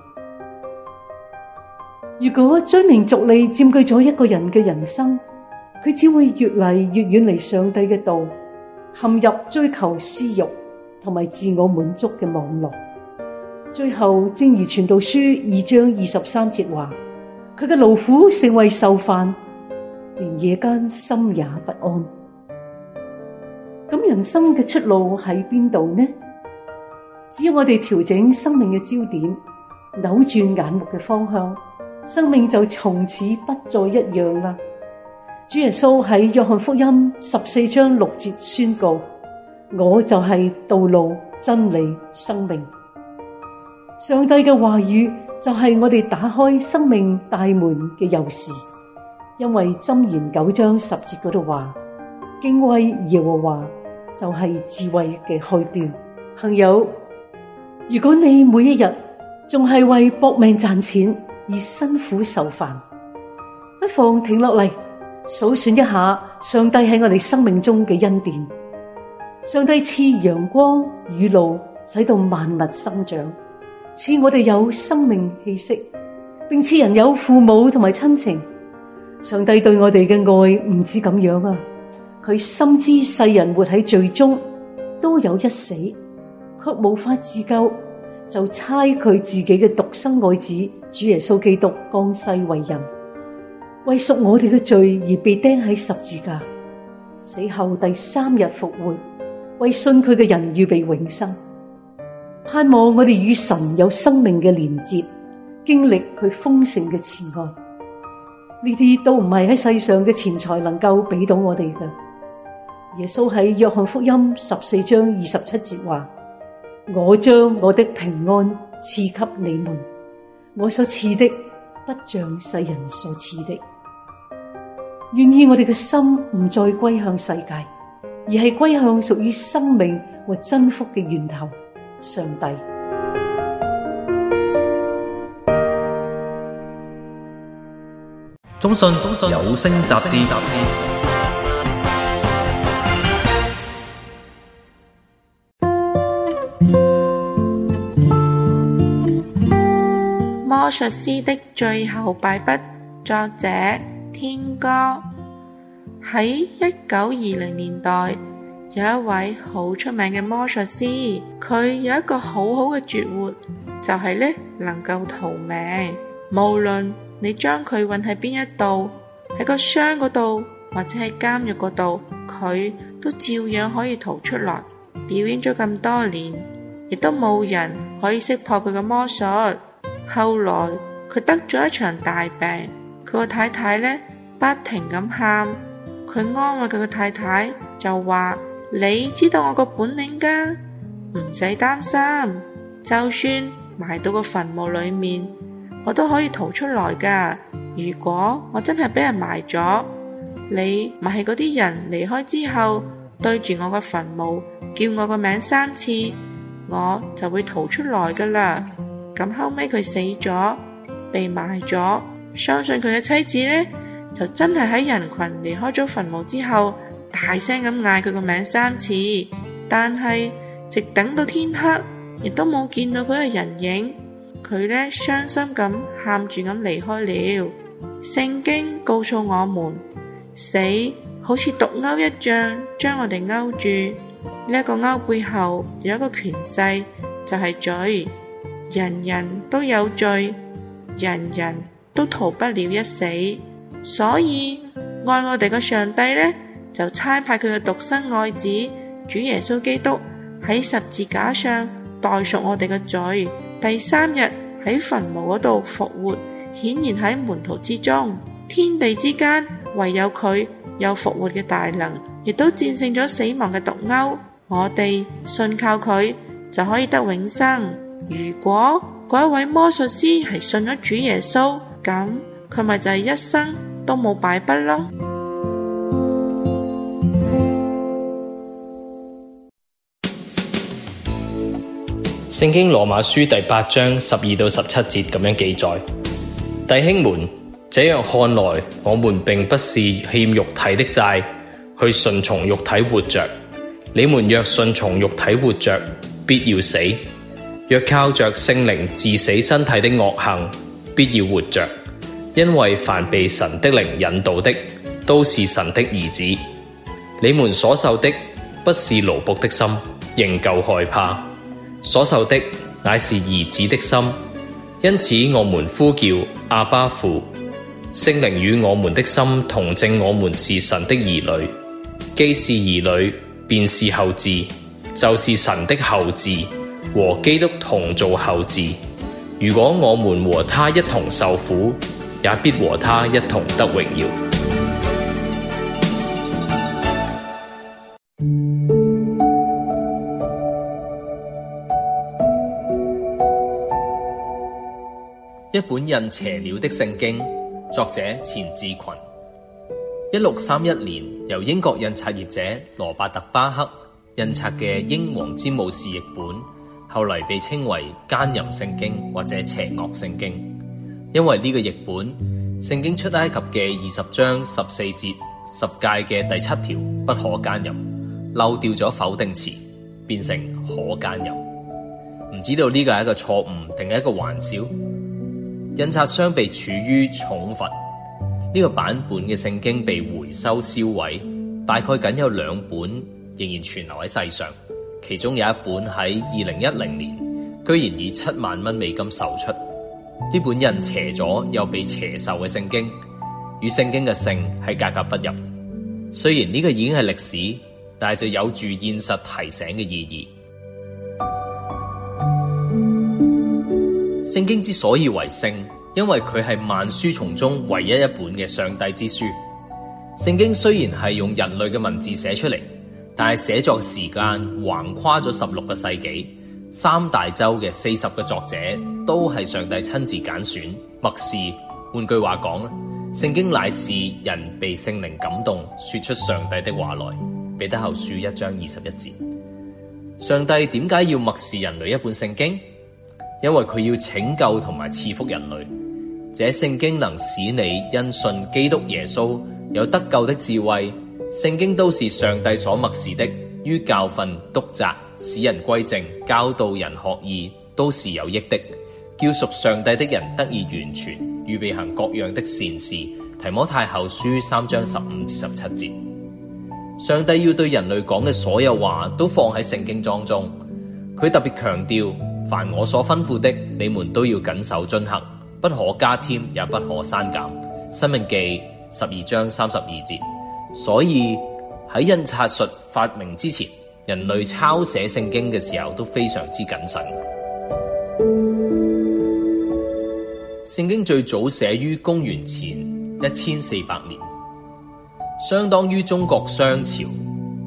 如果追名逐利佔據咗一個人嘅人生，佢只會越嚟越遠離上帝嘅道，陷入追求私欲同埋自我滿足嘅網絡。最後，正如傳道書二章二十三節話：佢嘅勞苦成為愁煩，連夜間心也不安。咁人生嘅出路喺邊度呢？只要我哋調整生命嘅焦點，扭轉眼目嘅方向，生命就從此不再一樣啦。主耶穌喺約翰福音十四章六節宣告：我就係道路、真理、生命。上帝嘅話語就係我哋打開生命大門嘅鑰匙，因為箴言九章十節嗰度話：敬畏耶和華就係智慧嘅開端。朋友，如果你每一日仲係為搏命賺錢而辛苦受煩，不妨停落嚟數算一下上帝喺我哋生命中嘅恩典。上帝賜陽光雨露，使到萬物生長，賜我哋有生命氣息，並賜人有父母同埋親情。上帝對我哋嘅愛唔止咁樣啊！佢深知世人活喺罪中，都有一死，卻無法自救，就差佢自己嘅獨生愛子主耶穌基督降世為人，為贖我哋嘅罪而被釘喺十字架，死後第三日復活，為信佢嘅人預備永生。盼望我哋與神有生命嘅連結，經歷佢豐盛嘅慈愛。呢啲都唔係喺世上嘅錢財能夠俾到我哋嘅。耶穌喺約翰福音十四章二十七節話：我將我的平安賜給你們，我所賜的不像世人所賜的。願意我哋嘅心唔再歸向世界，而係歸向屬於生命和真福嘅源頭上帝。 中信有聲雜誌。 魔術師的最後敗筆，作者天歌。喺一九二零年代，有一位好出名嘅魔術師，佢有一個好好嘅絕活，就係咧能夠逃命。無論你將佢韞喺邊一度，喺個箱嗰度或者喺監獄嗰度，佢都照樣可以逃出來。表演咗咁多年，亦都冇人可以識破佢嘅魔術。後來佢得咗一場大病，佢個太太呢不停咁喊，佢安慰佢個太太就話： 你知道我個本領㗎，唔使擔心，就算埋到個墳墓裏面，我都可以逃出來㗎。如果我真係俾人埋咗，你咪係嗰啲人離開之後對住我個墳墓叫我個名三次，我就會逃出來㗎啦。咁後尾佢死咗，被埋咗，相信佢嘅妻子呢，就真係喺人群離開咗墳墓之後大聲咁嗌佢個名三次，但係直等到天黑亦都冇見到佢嘅人影，佢呢傷心咁喊住咁離開了。聖經告訴我們，死好似毒鈎一樣將我哋勾住，呢一個鈎背後有一個權勢，就係罪。人人都有罪，人人都逃不了一死，所以愛我哋嘅上帝呢，就差派佢嘅獨生愛子主耶穌基督喺十字架上代贖我哋嘅罪，第三日喺墳墓嗰度復活，顯現喺門徒之中。天地之間唯有佢有復活嘅大能，亦都戰勝咗死亡嘅毒鈎。我哋信靠佢就可以得永生。如果嗰一位魔術師係信咗主耶穌，咁佢咪就係一生都冇敗筆咯。 聖經羅馬書第八章十二到十七節咁樣記載：弟兄們，這樣看來，我們並不是欠肉體的債，去順從肉體活着。你們若順從肉體活着，必要死；若靠着聖靈治死身體的惡行，必要活着。因為凡被神的靈引導的，都是神的兒子。你們所受的不是奴僕的心，仍舊害怕；所受的乃是兒子的心。因此我們呼叫阿爸父。聖靈與我們的心同證，我們是神的兒女。既是兒女，便是後嗣，就是神的後嗣，和基督同做後嗣。如果我們和他一同受苦，也必和他一同得榮耀。一本印邪了的聖經，作者錢志群。一六三一年，由英國印刷業者羅伯特巴克印刷嘅《英皇之武士》譯本，後嚟被稱為奸淫聖經或者邪惡聖經。因為呢個譯本，聖經出埃及嘅二十章十四節十誡嘅第七條不可奸淫，漏掉咗否定詞，變成可奸淫。唔知道呢個係一個錯誤定係一個玩笑？印刷商被處於重罰，呢、這個版本嘅聖經被回收燒毀，大概僅有兩本仍然存留喺世上，其中有一本喺二零一零年居然以七萬蚊美金售出。呢本印邪咗又被邪授嘅聖經，與聖經嘅聖係格格不入。雖然呢個已經係歷史，但係就有住現實提醒嘅意義。聖經之所以為聖，因為佢係萬書叢中唯一一本嘅上帝之書。聖經雖然係用人類嘅文字寫出嚟，但係寫作時間橫跨咗十六個世紀，三大洲嘅四十個作者都係上帝親自揀選默示。換句話講，聖經乃是人被聖靈感動，說出上帝的話來。彼得後書一章二十一節。上帝點解要默示人類一本聖經？因為佢要拯救同埋賜福人類。這聖經能使你因信基督耶穌有得救的智慧。聖經都是上帝所默示的，於教訓、督責、使人歸正、教導人學義，都是有益的，叫屬上帝的人得以完全，預備行各樣的善事。提摩太後書三章十五至十七節。上帝要對人類講嘅所有話都放喺聖經當中。佢特別強調，凡我所吩咐的，你們都要謹守遵行，不可加添，也不可刪減。申命記十二章三十二節。所以喺印刷術發明之前，人類抄寫聖經嘅時候都非常之謹慎。聖經最早寫於公元前一千四百年，相當於中國商朝。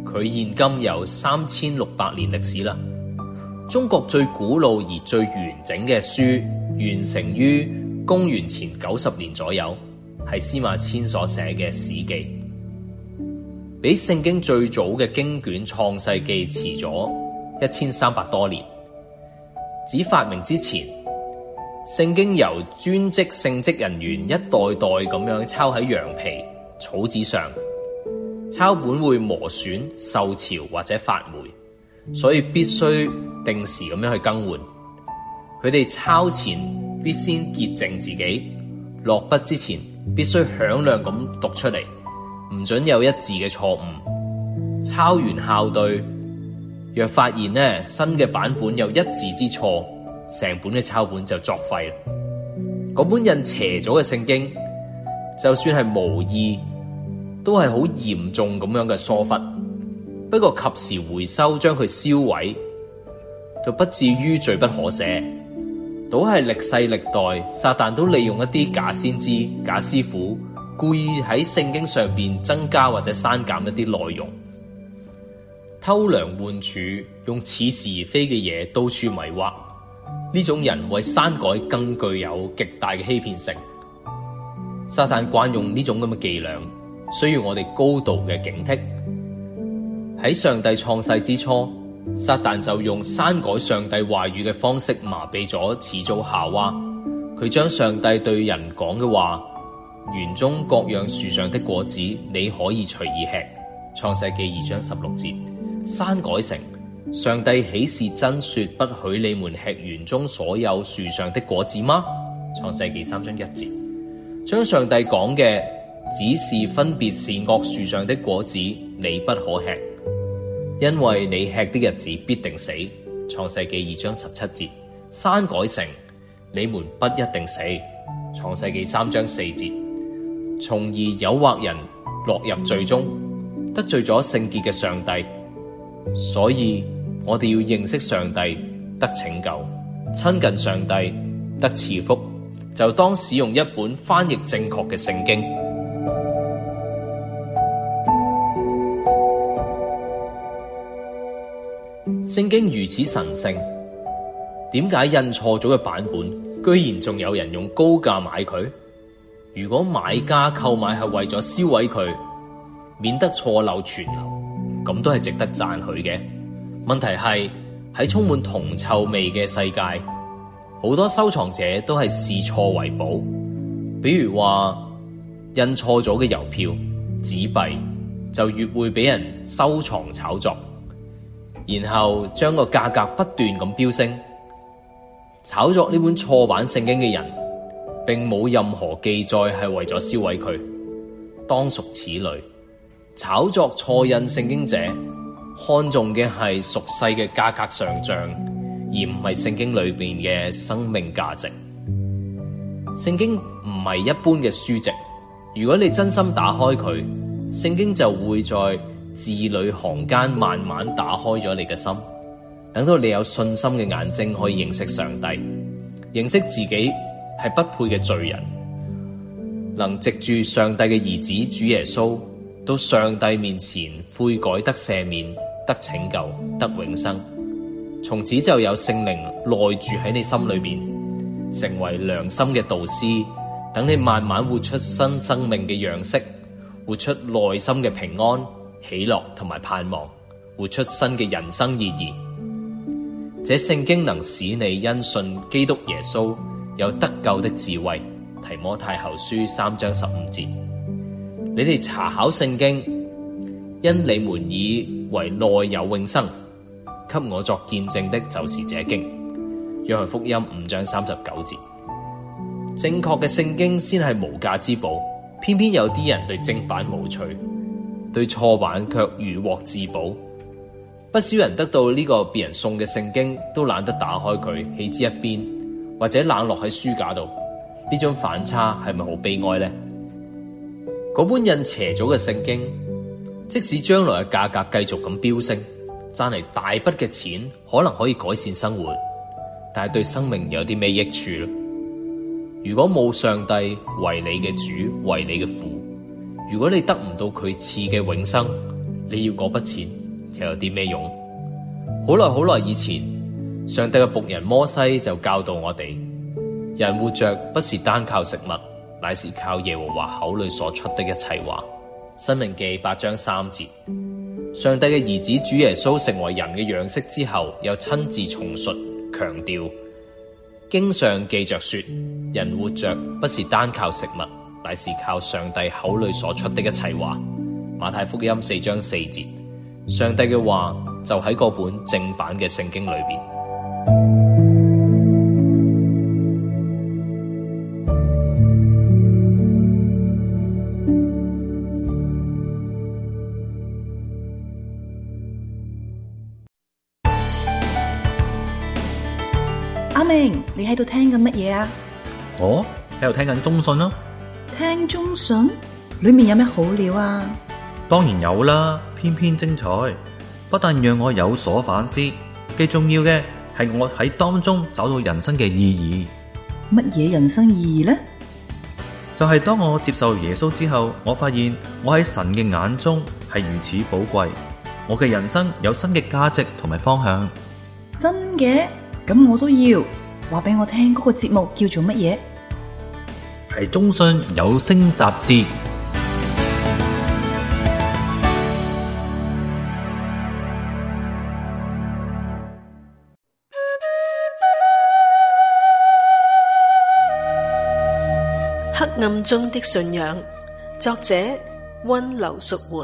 佢現今有三千六百年歷史啦。中國最古老而最完整嘅書完成於公元前九十年左右，係司馬遷所寫嘅《史記》，比聖經最早嘅經卷《創世記》遲咗一千三百多年。指發明之前，聖經由專職聖職人員一代代咁樣抄喺羊皮、草紙上，抄本會磨損、受潮或者發霉，所以必須定時咁樣去更換。佢哋抄前必先潔淨自己，落筆之前必須響亮咁讀出嚟，唔准有一字嘅錯誤。抄完校對，若發現呢新嘅版本有一字之錯，成本嘅抄本就作廢啦。嗰本印斜咗嘅聖經，就算係無意，都係好嚴重咁樣嘅疏忽。不過及時回收，將佢燒毀，就不至於罪不可赦。倒係歷世歷代，撒旦都利用一啲假先知、假師傅，故意喺聖經上邊增加或者刪減一啲內容，偷梁換柱，用似是而非嘅嘢到處迷惑。呢種人為刪改更具有極大嘅欺騙性。撒旦慣用呢種咁嘅伎倆，需要我哋高度嘅警惕。喺上帝創世之初，撒旦就用刪改上帝話語嘅方式麻痹咗始祖夏娃。佢將上帝對人講嘅話，園中各樣樹上的果子你可以隨意吃，創世記二章十六節，刪改成上帝豈是真說不許你們吃園中所有樹上的果子嗎？創世記三章一節，將上帝講嘅只是分別善惡樹上的果子你不可吃，因為你吃的日子必定死，創世記二章十七節，刪改成你們不一定死，創世記三章四節，從而誘惑人落入罪中，得罪咗聖潔嘅上帝。所以我哋要認識上帝得拯救，親近上帝得賜福，就當使用一本翻譯正確嘅聖經。聖經如此神聖，點解印錯咗嘅版本居然仲有人用高價買佢？如果買家購買係為咗燒毀佢，免得錯漏傳流，咁都係值得讚許嘅。問題係喺充滿銅臭味嘅世界，好多收藏者都係視錯為寶。比如話印錯咗嘅郵票、紙幣，就越會俾人收藏炒作，然後將個價格不斷咁飆升。炒作呢本錯版聖經嘅人，並冇任何記載係為咗燒毀佢。當屬此類，炒作錯印聖經者，看重嘅係俗世嘅價格上漲，而唔係聖經裏邊嘅生命價值。聖經唔係一般嘅書籍，如果你真心打開佢，聖經就會在字裏行間慢慢打開咗你嘅心，等到你有信心嘅眼睛可以認識上帝，認識自己係不配嘅罪人，能藉住上帝嘅兒子主耶穌到上帝面前悔改得赦免、得拯救、得永生，從此就有聖靈內住喺你心裏邊，成為良心嘅導師，等你慢慢活出新生命嘅樣式，活出內心嘅平安、喜樂同埋盼望，活出新嘅人生意義。這聖經能使你因信基督耶穌有得救的智慧。提摩太後書三章十五節。你哋查考聖經，因你們以為內有永生，給我作見證的就是這經。約翰福音五章三十九節。正確嘅聖經先係無價之寶，偏偏有啲人對正版無趣，對錯版卻如獲至寶。不少人得到呢個別人送嘅聖經，都懶得打開佢，棄之一邊，或者冷落喺書架度。呢種反差係咪好悲哀呢？嗰本印邪咗嘅聖經，即使將來嘅價格繼續咁飆升，賺嚟大筆嘅錢，可能可以改善生活，但係對生命有啲咩益處呢？如果冇上帝為你嘅主，為你嘅父，如果你得唔到佢賜嘅永生，你要嗰筆錢又有啲咩用？好耐好耐以前，上帝嘅僕人摩西就教導我哋，人活着不是單靠食物，乃是靠耶和華口裏所出的一切話。申命記八章三節。上帝嘅兒子主耶穌成為人嘅樣式之後，又親自重述強調，經上記着說，人活着不是單靠食物，乃是靠上帝口裏所出的一切話。馬太福音四章四節。上帝嘅話就喺嗰本正版嘅聖經裏邊。 阿明，你喺度聽緊乜嘢啊？ 我喺度聽緊中信咯。 聽中信？裏面有咩好料啊？ 當然有啦，篇篇精彩，不但讓我有所反思，最重要嘅係我喺當中找到人生嘅意義。 乜嘢人生意義呢？ 就係當我接受耶穌之後，我發現我喺神嘅眼中係如此寶貴，我嘅人生有新嘅價值同埋方向。 真嘅？咁我都要話俾我聽，嗰個節目叫做乜嘢？ 係中信有聲雜誌。 黑暗中的信仰，作者溫劉淑媛，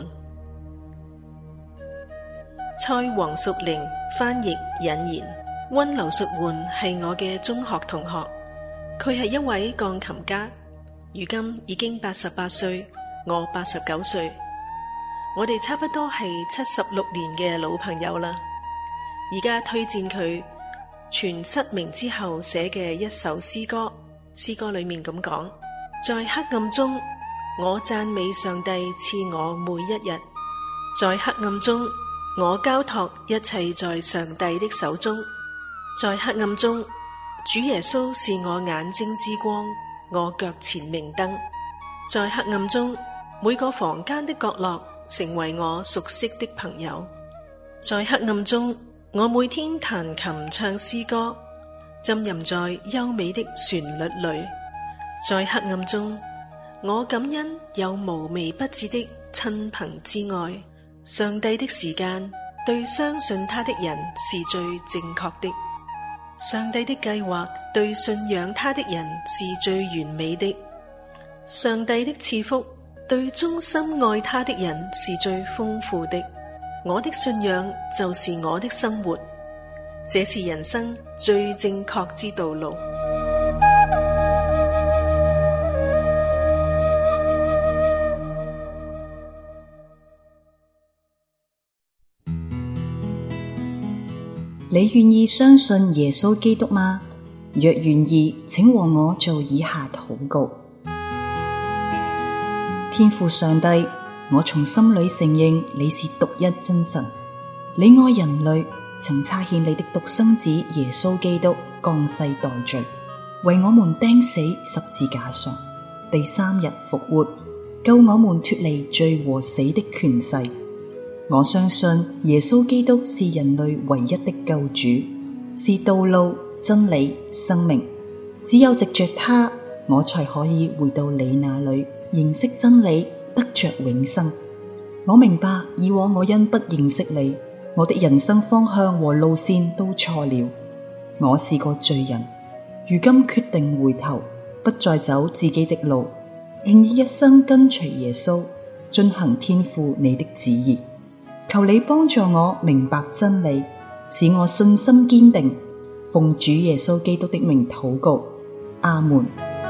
蔡黃淑玲翻譯引言。溫劉淑媛係我嘅中學同學，佢係一位鋼琴家，如今已經八十八歲，我八十九歲，我哋差不多係七十六年嘅老朋友啦。而家推薦佢全失明之後寫嘅一首詩歌，詩歌裏面咁講：在黑暗中，我讚美上帝賜我每一日；在黑暗中，我交託一切在上帝的手中。在黑暗中，主耶穌是我眼睛之光，我腳前明燈。在黑暗中，每個房間的角落成為我熟悉的朋友。在黑暗中，我每天彈琴唱詩歌，浸淫在優美的旋律裏。在黑暗中，我感恩有無微不至的親朋之愛。上帝的時間對相信他的人是最正確的，上帝的計劃對信仰他的人是最完美的，上帝的賜福對忠心愛他的人是最豐富的。我的信仰就是我的生活，這是人生最正確之道路。 你願意相信耶穌基督嗎？若願意，請和我做以下禱告。天父上帝，我從心裏承認你是獨一真神，你愛人類，曾差遣你的獨生子耶穌基督降世代罪，為我們釘死十字架上，第三日復活，救我們脫離罪和死的權勢。我相信耶穌基督是人類唯一的救主，是道路、真理、生命。只有藉着他，我才可以回到你那裏，認識真理，得着永生。我明白以往我因不認識你，我的人生方向和路線都錯了。我是個罪人，如今決定回頭，不再走自己的路，願意一生跟隨耶穌，遵行天父你的旨意。求你幫助我明白真理，使我信心堅定。奉主耶穌基督的名禱告，阿門。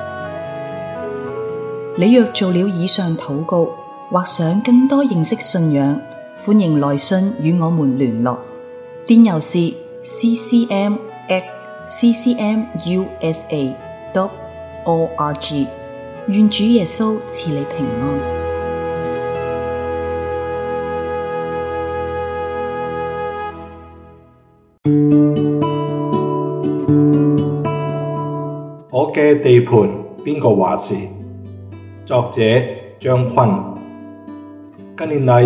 你若做了以上禱告，或想更多認識信仰，歡迎來信與我們聯絡。電郵是 c c m at c c m u s a dot org。願主耶穌賜你平安。 我嘅地盤邊個話事？作者張坤。近年嚟，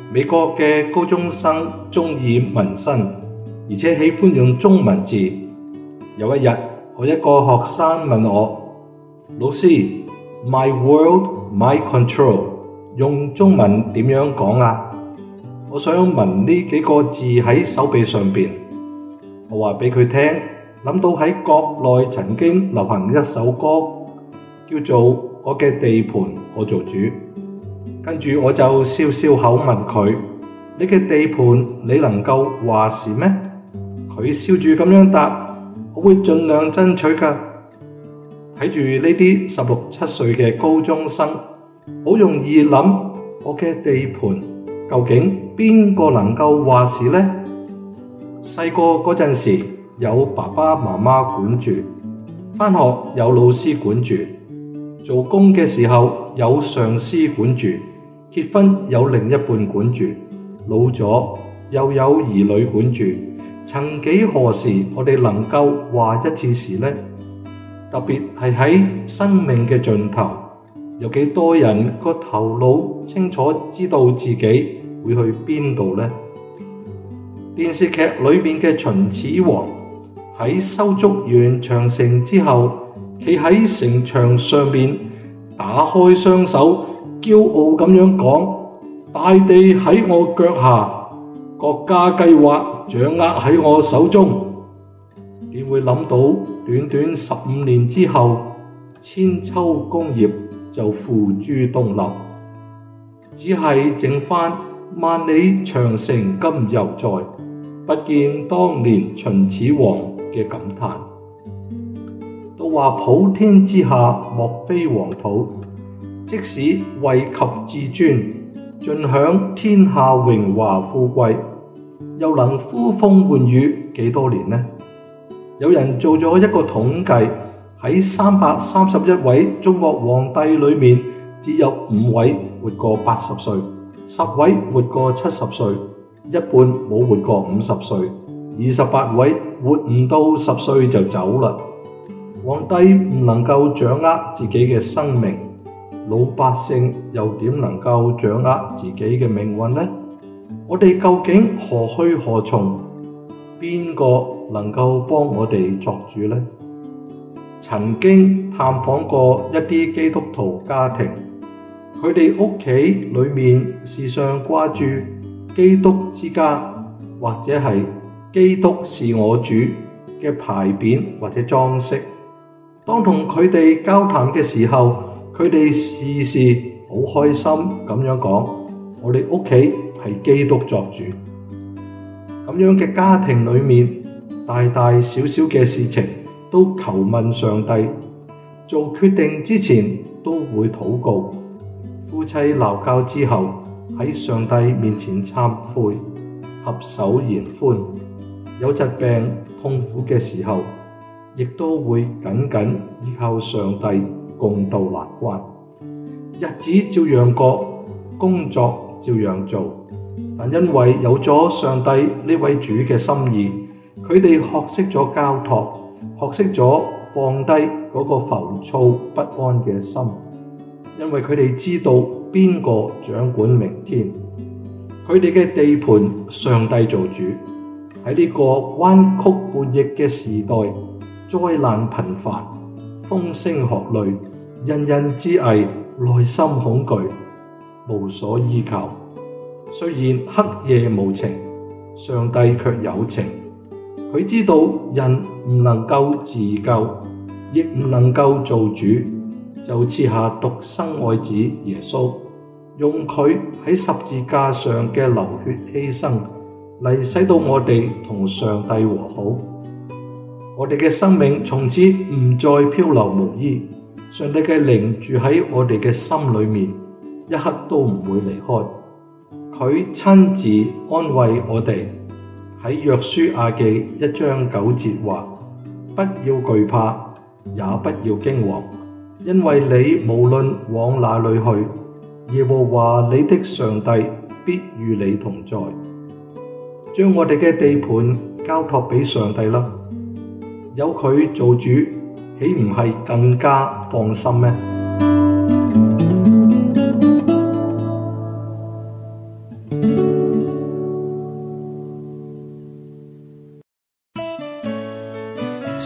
美國嘅高中生鍾意紋身，而且喜歡用中文字。有一日，我一個學生問我：老師 ，My world, my control， 用中文點樣講啊？我想紋呢幾個字喺手臂上邊。我話俾佢聽，諗到喺國內曾經流行一首歌，叫做《我嘅地盤我做主》。跟住我就笑笑口問佢：你嘅地盤你能夠話事咩？佢笑住咁樣答：我會盡量爭取㗎。睇住呢啲十六七歲嘅高中生，好容易諗我嘅地盤究竟邊個能夠話事呢？細個嗰陣時有爸爸媽媽管住，返學有老師管住，做工嘅時候有上司管住，結婚有另一半管住，老咗又有兒女管住。曾幾何時我哋能夠話一次事呢？特別係喺生命嘅盡頭，有幾多人個頭腦清楚知道自己會去邊度呢？電視劇裏面嘅秦始皇喺修築完長城之後，企喺城牆上面打開雙手，驕傲咁樣講：大地喺我腳下，國家計劃掌握喺我手中。點會諗到短短十五年之後，千秋功業就付諸東流，只係剩返萬里長城今猶在，不見當年秦始皇嘅感嘆。都話普天之下莫非黃土，即使位及至尊，盡享天下榮華富貴，又能呼風喚雨幾多年呢？有人做咗一個統計，喺三百三十一位中國皇帝裏面，只有五位活過八十歲，十位活過七十歲，一半冇活過五十歲，二十八位活唔到十歲就走啦。皇帝唔能夠掌握自己嘅生命，老百姓又點能夠掌握自己嘅命運呢？我哋究竟何去何從？邊個能夠幫我哋作主呢？曾經探訪過一啲基督徒家庭，佢哋屋企裏面時常掛住基督之家或者係基督是我主嘅牌匾或者裝飾。當同佢哋交談嘅時候，佢哋事事好開心咁樣講：我哋屋企係基督作主。咁樣嘅家庭裏面，大大小小嘅事情都求問上帝，做決定之前都會禱告，夫妻鬧交之後喺上帝面前懺悔，合手言歡，有疾病痛苦嘅時候，亦都會緊緊依靠上帝共度難關。日子照樣過，工作照樣做，但因為有咗上帝呢位主嘅心意，佢哋學識咗交託，學識咗放低嗰個浮躁不安嘅心，因為佢哋知道邊個掌管明天，佢哋嘅地盤上帝做主。喺呢個彎曲叛逆嘅時代，災難頻繁，風聲鶴唳，人人自危，內心恐懼，無所依靠。雖然黑夜無情，上帝卻有情。佢知道人唔能夠自救，亦唔能夠做主，就賜下獨生愛子耶穌，用佢喺十字架上嘅流血犧牲嚟使到我哋同上帝和好。我哋嘅生命從此唔再漂流無依，上帝嘅靈住喺我哋嘅心裏面，一刻都唔會離開。佢親自安慰我哋，喺約書亞記一章九節話：不要懼怕，也不要驚惶，因為你無論往哪裏去，耶和華你的上帝必與你同在。將我哋嘅地盤交託俾上帝啦，有佢做主，豈唔係更加放心咩？ 嗯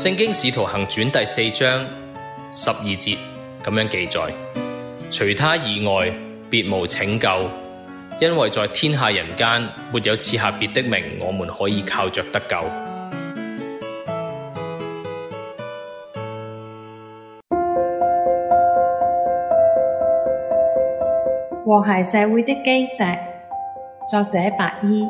聖經使徒行傳第四章十二節咁樣記載：除他以外，別無拯救，因為在天下人間沒有賜下別的名，我們可以靠着得救。 和諧社會的基石，作者白衣。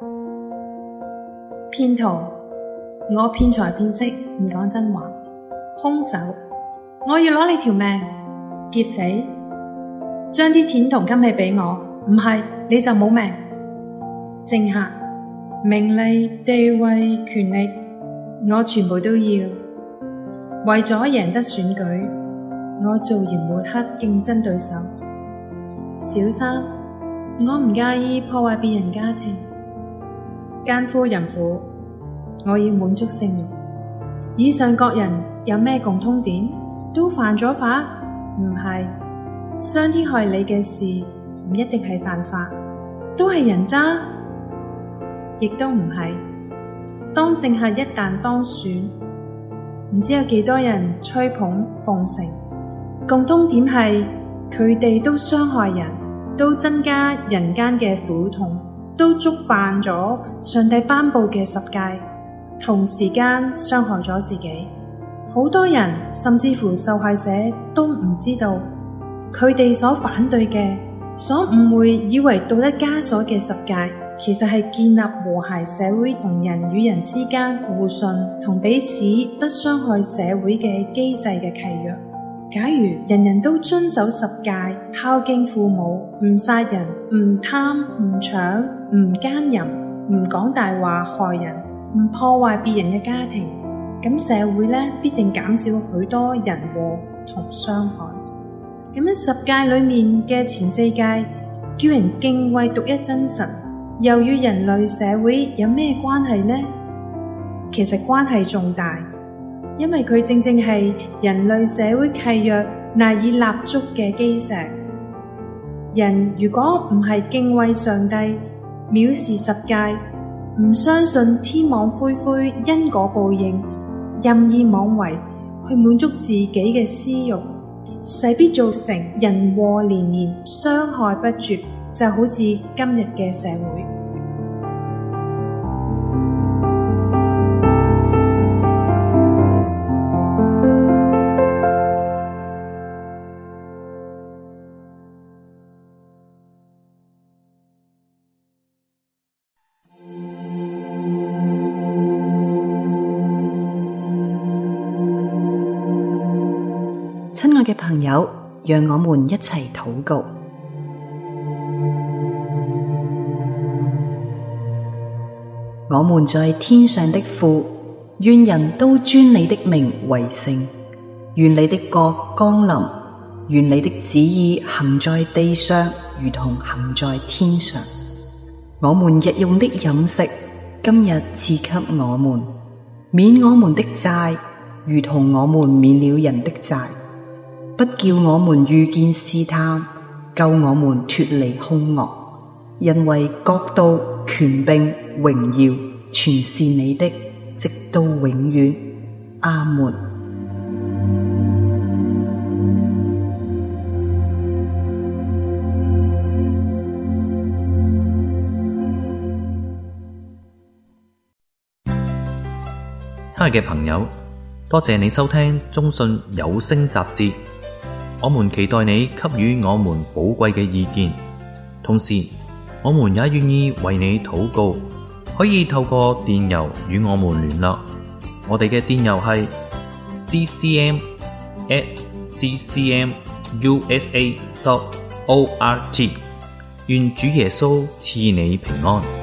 騙徒，我騙財騙色，唔講真話。兇手，我要攞你條命。劫匪，將啲錢同金器俾我，唔係你就冇命。政客，名利、地位、權力，我全部都要。為咗贏得選舉，我造謠抹黑競爭對手。小三，我唔介意破壞別人家庭。奸夫淫婦，我要滿足性慾。以上各人有咩共通點？都犯咗法？唔係，傷天害理嘅事唔一定係犯法，都係人渣，亦都唔係。當政客一旦當選，唔知有幾多人吹捧奉承，共通點係佢哋都傷害人，都增加人間嘅苦痛，都觸犯咗上帝頒布嘅十誡，同時間傷害咗自己。好多人甚至乎受害者都唔知道，佢哋所反對嘅、所誤會以為道德枷鎖嘅十誡，其實係建立和諧社會同人與人之間互信同彼此不傷害社會嘅機制嘅契約。假如人人都遵守十誡，孝敬父母，唔殺人，唔貪，唔搶，唔奸淫，唔講大話害人，唔破壞別人嘅家庭，咁社會咧必定減少許多人禍同傷害。咁喺十誡裏面嘅前四誡，叫人敬畏獨一真神，又與人類社會有咩關係呢？其實關係重大。因為佢正正係人類社會契約賴以立足嘅基石。人如果唔係敬畏上帝，藐視十誡，唔相信天網恢恢，因果報應，任意妄為去滿足自己嘅私慾，勢必造成人禍連連，傷害不絕，就好似今日嘅社會。 親愛嘅朋友，讓我們一齊禱告。我們在天上的父，願人都尊你的名為聖，願你的國降臨，願你的旨意行在地上，如同行在天上。我們日用的飲食，今日賜給我們，免我們的債，如同我們免了人的債。不叫我們遇見試探，救我們脫離兇惡，因為國度、權柄、榮耀，全是你的，直到永遠。阿門。 親愛嘅朋友，多謝你收聽中信有聲雜誌。我們期待你給予我們寶貴嘅意見，同時我們也願意為你禱告，可以透過電郵與我們聯絡。我哋嘅電郵係 c c m at c c m u s a dot org。願主耶穌賜你平安。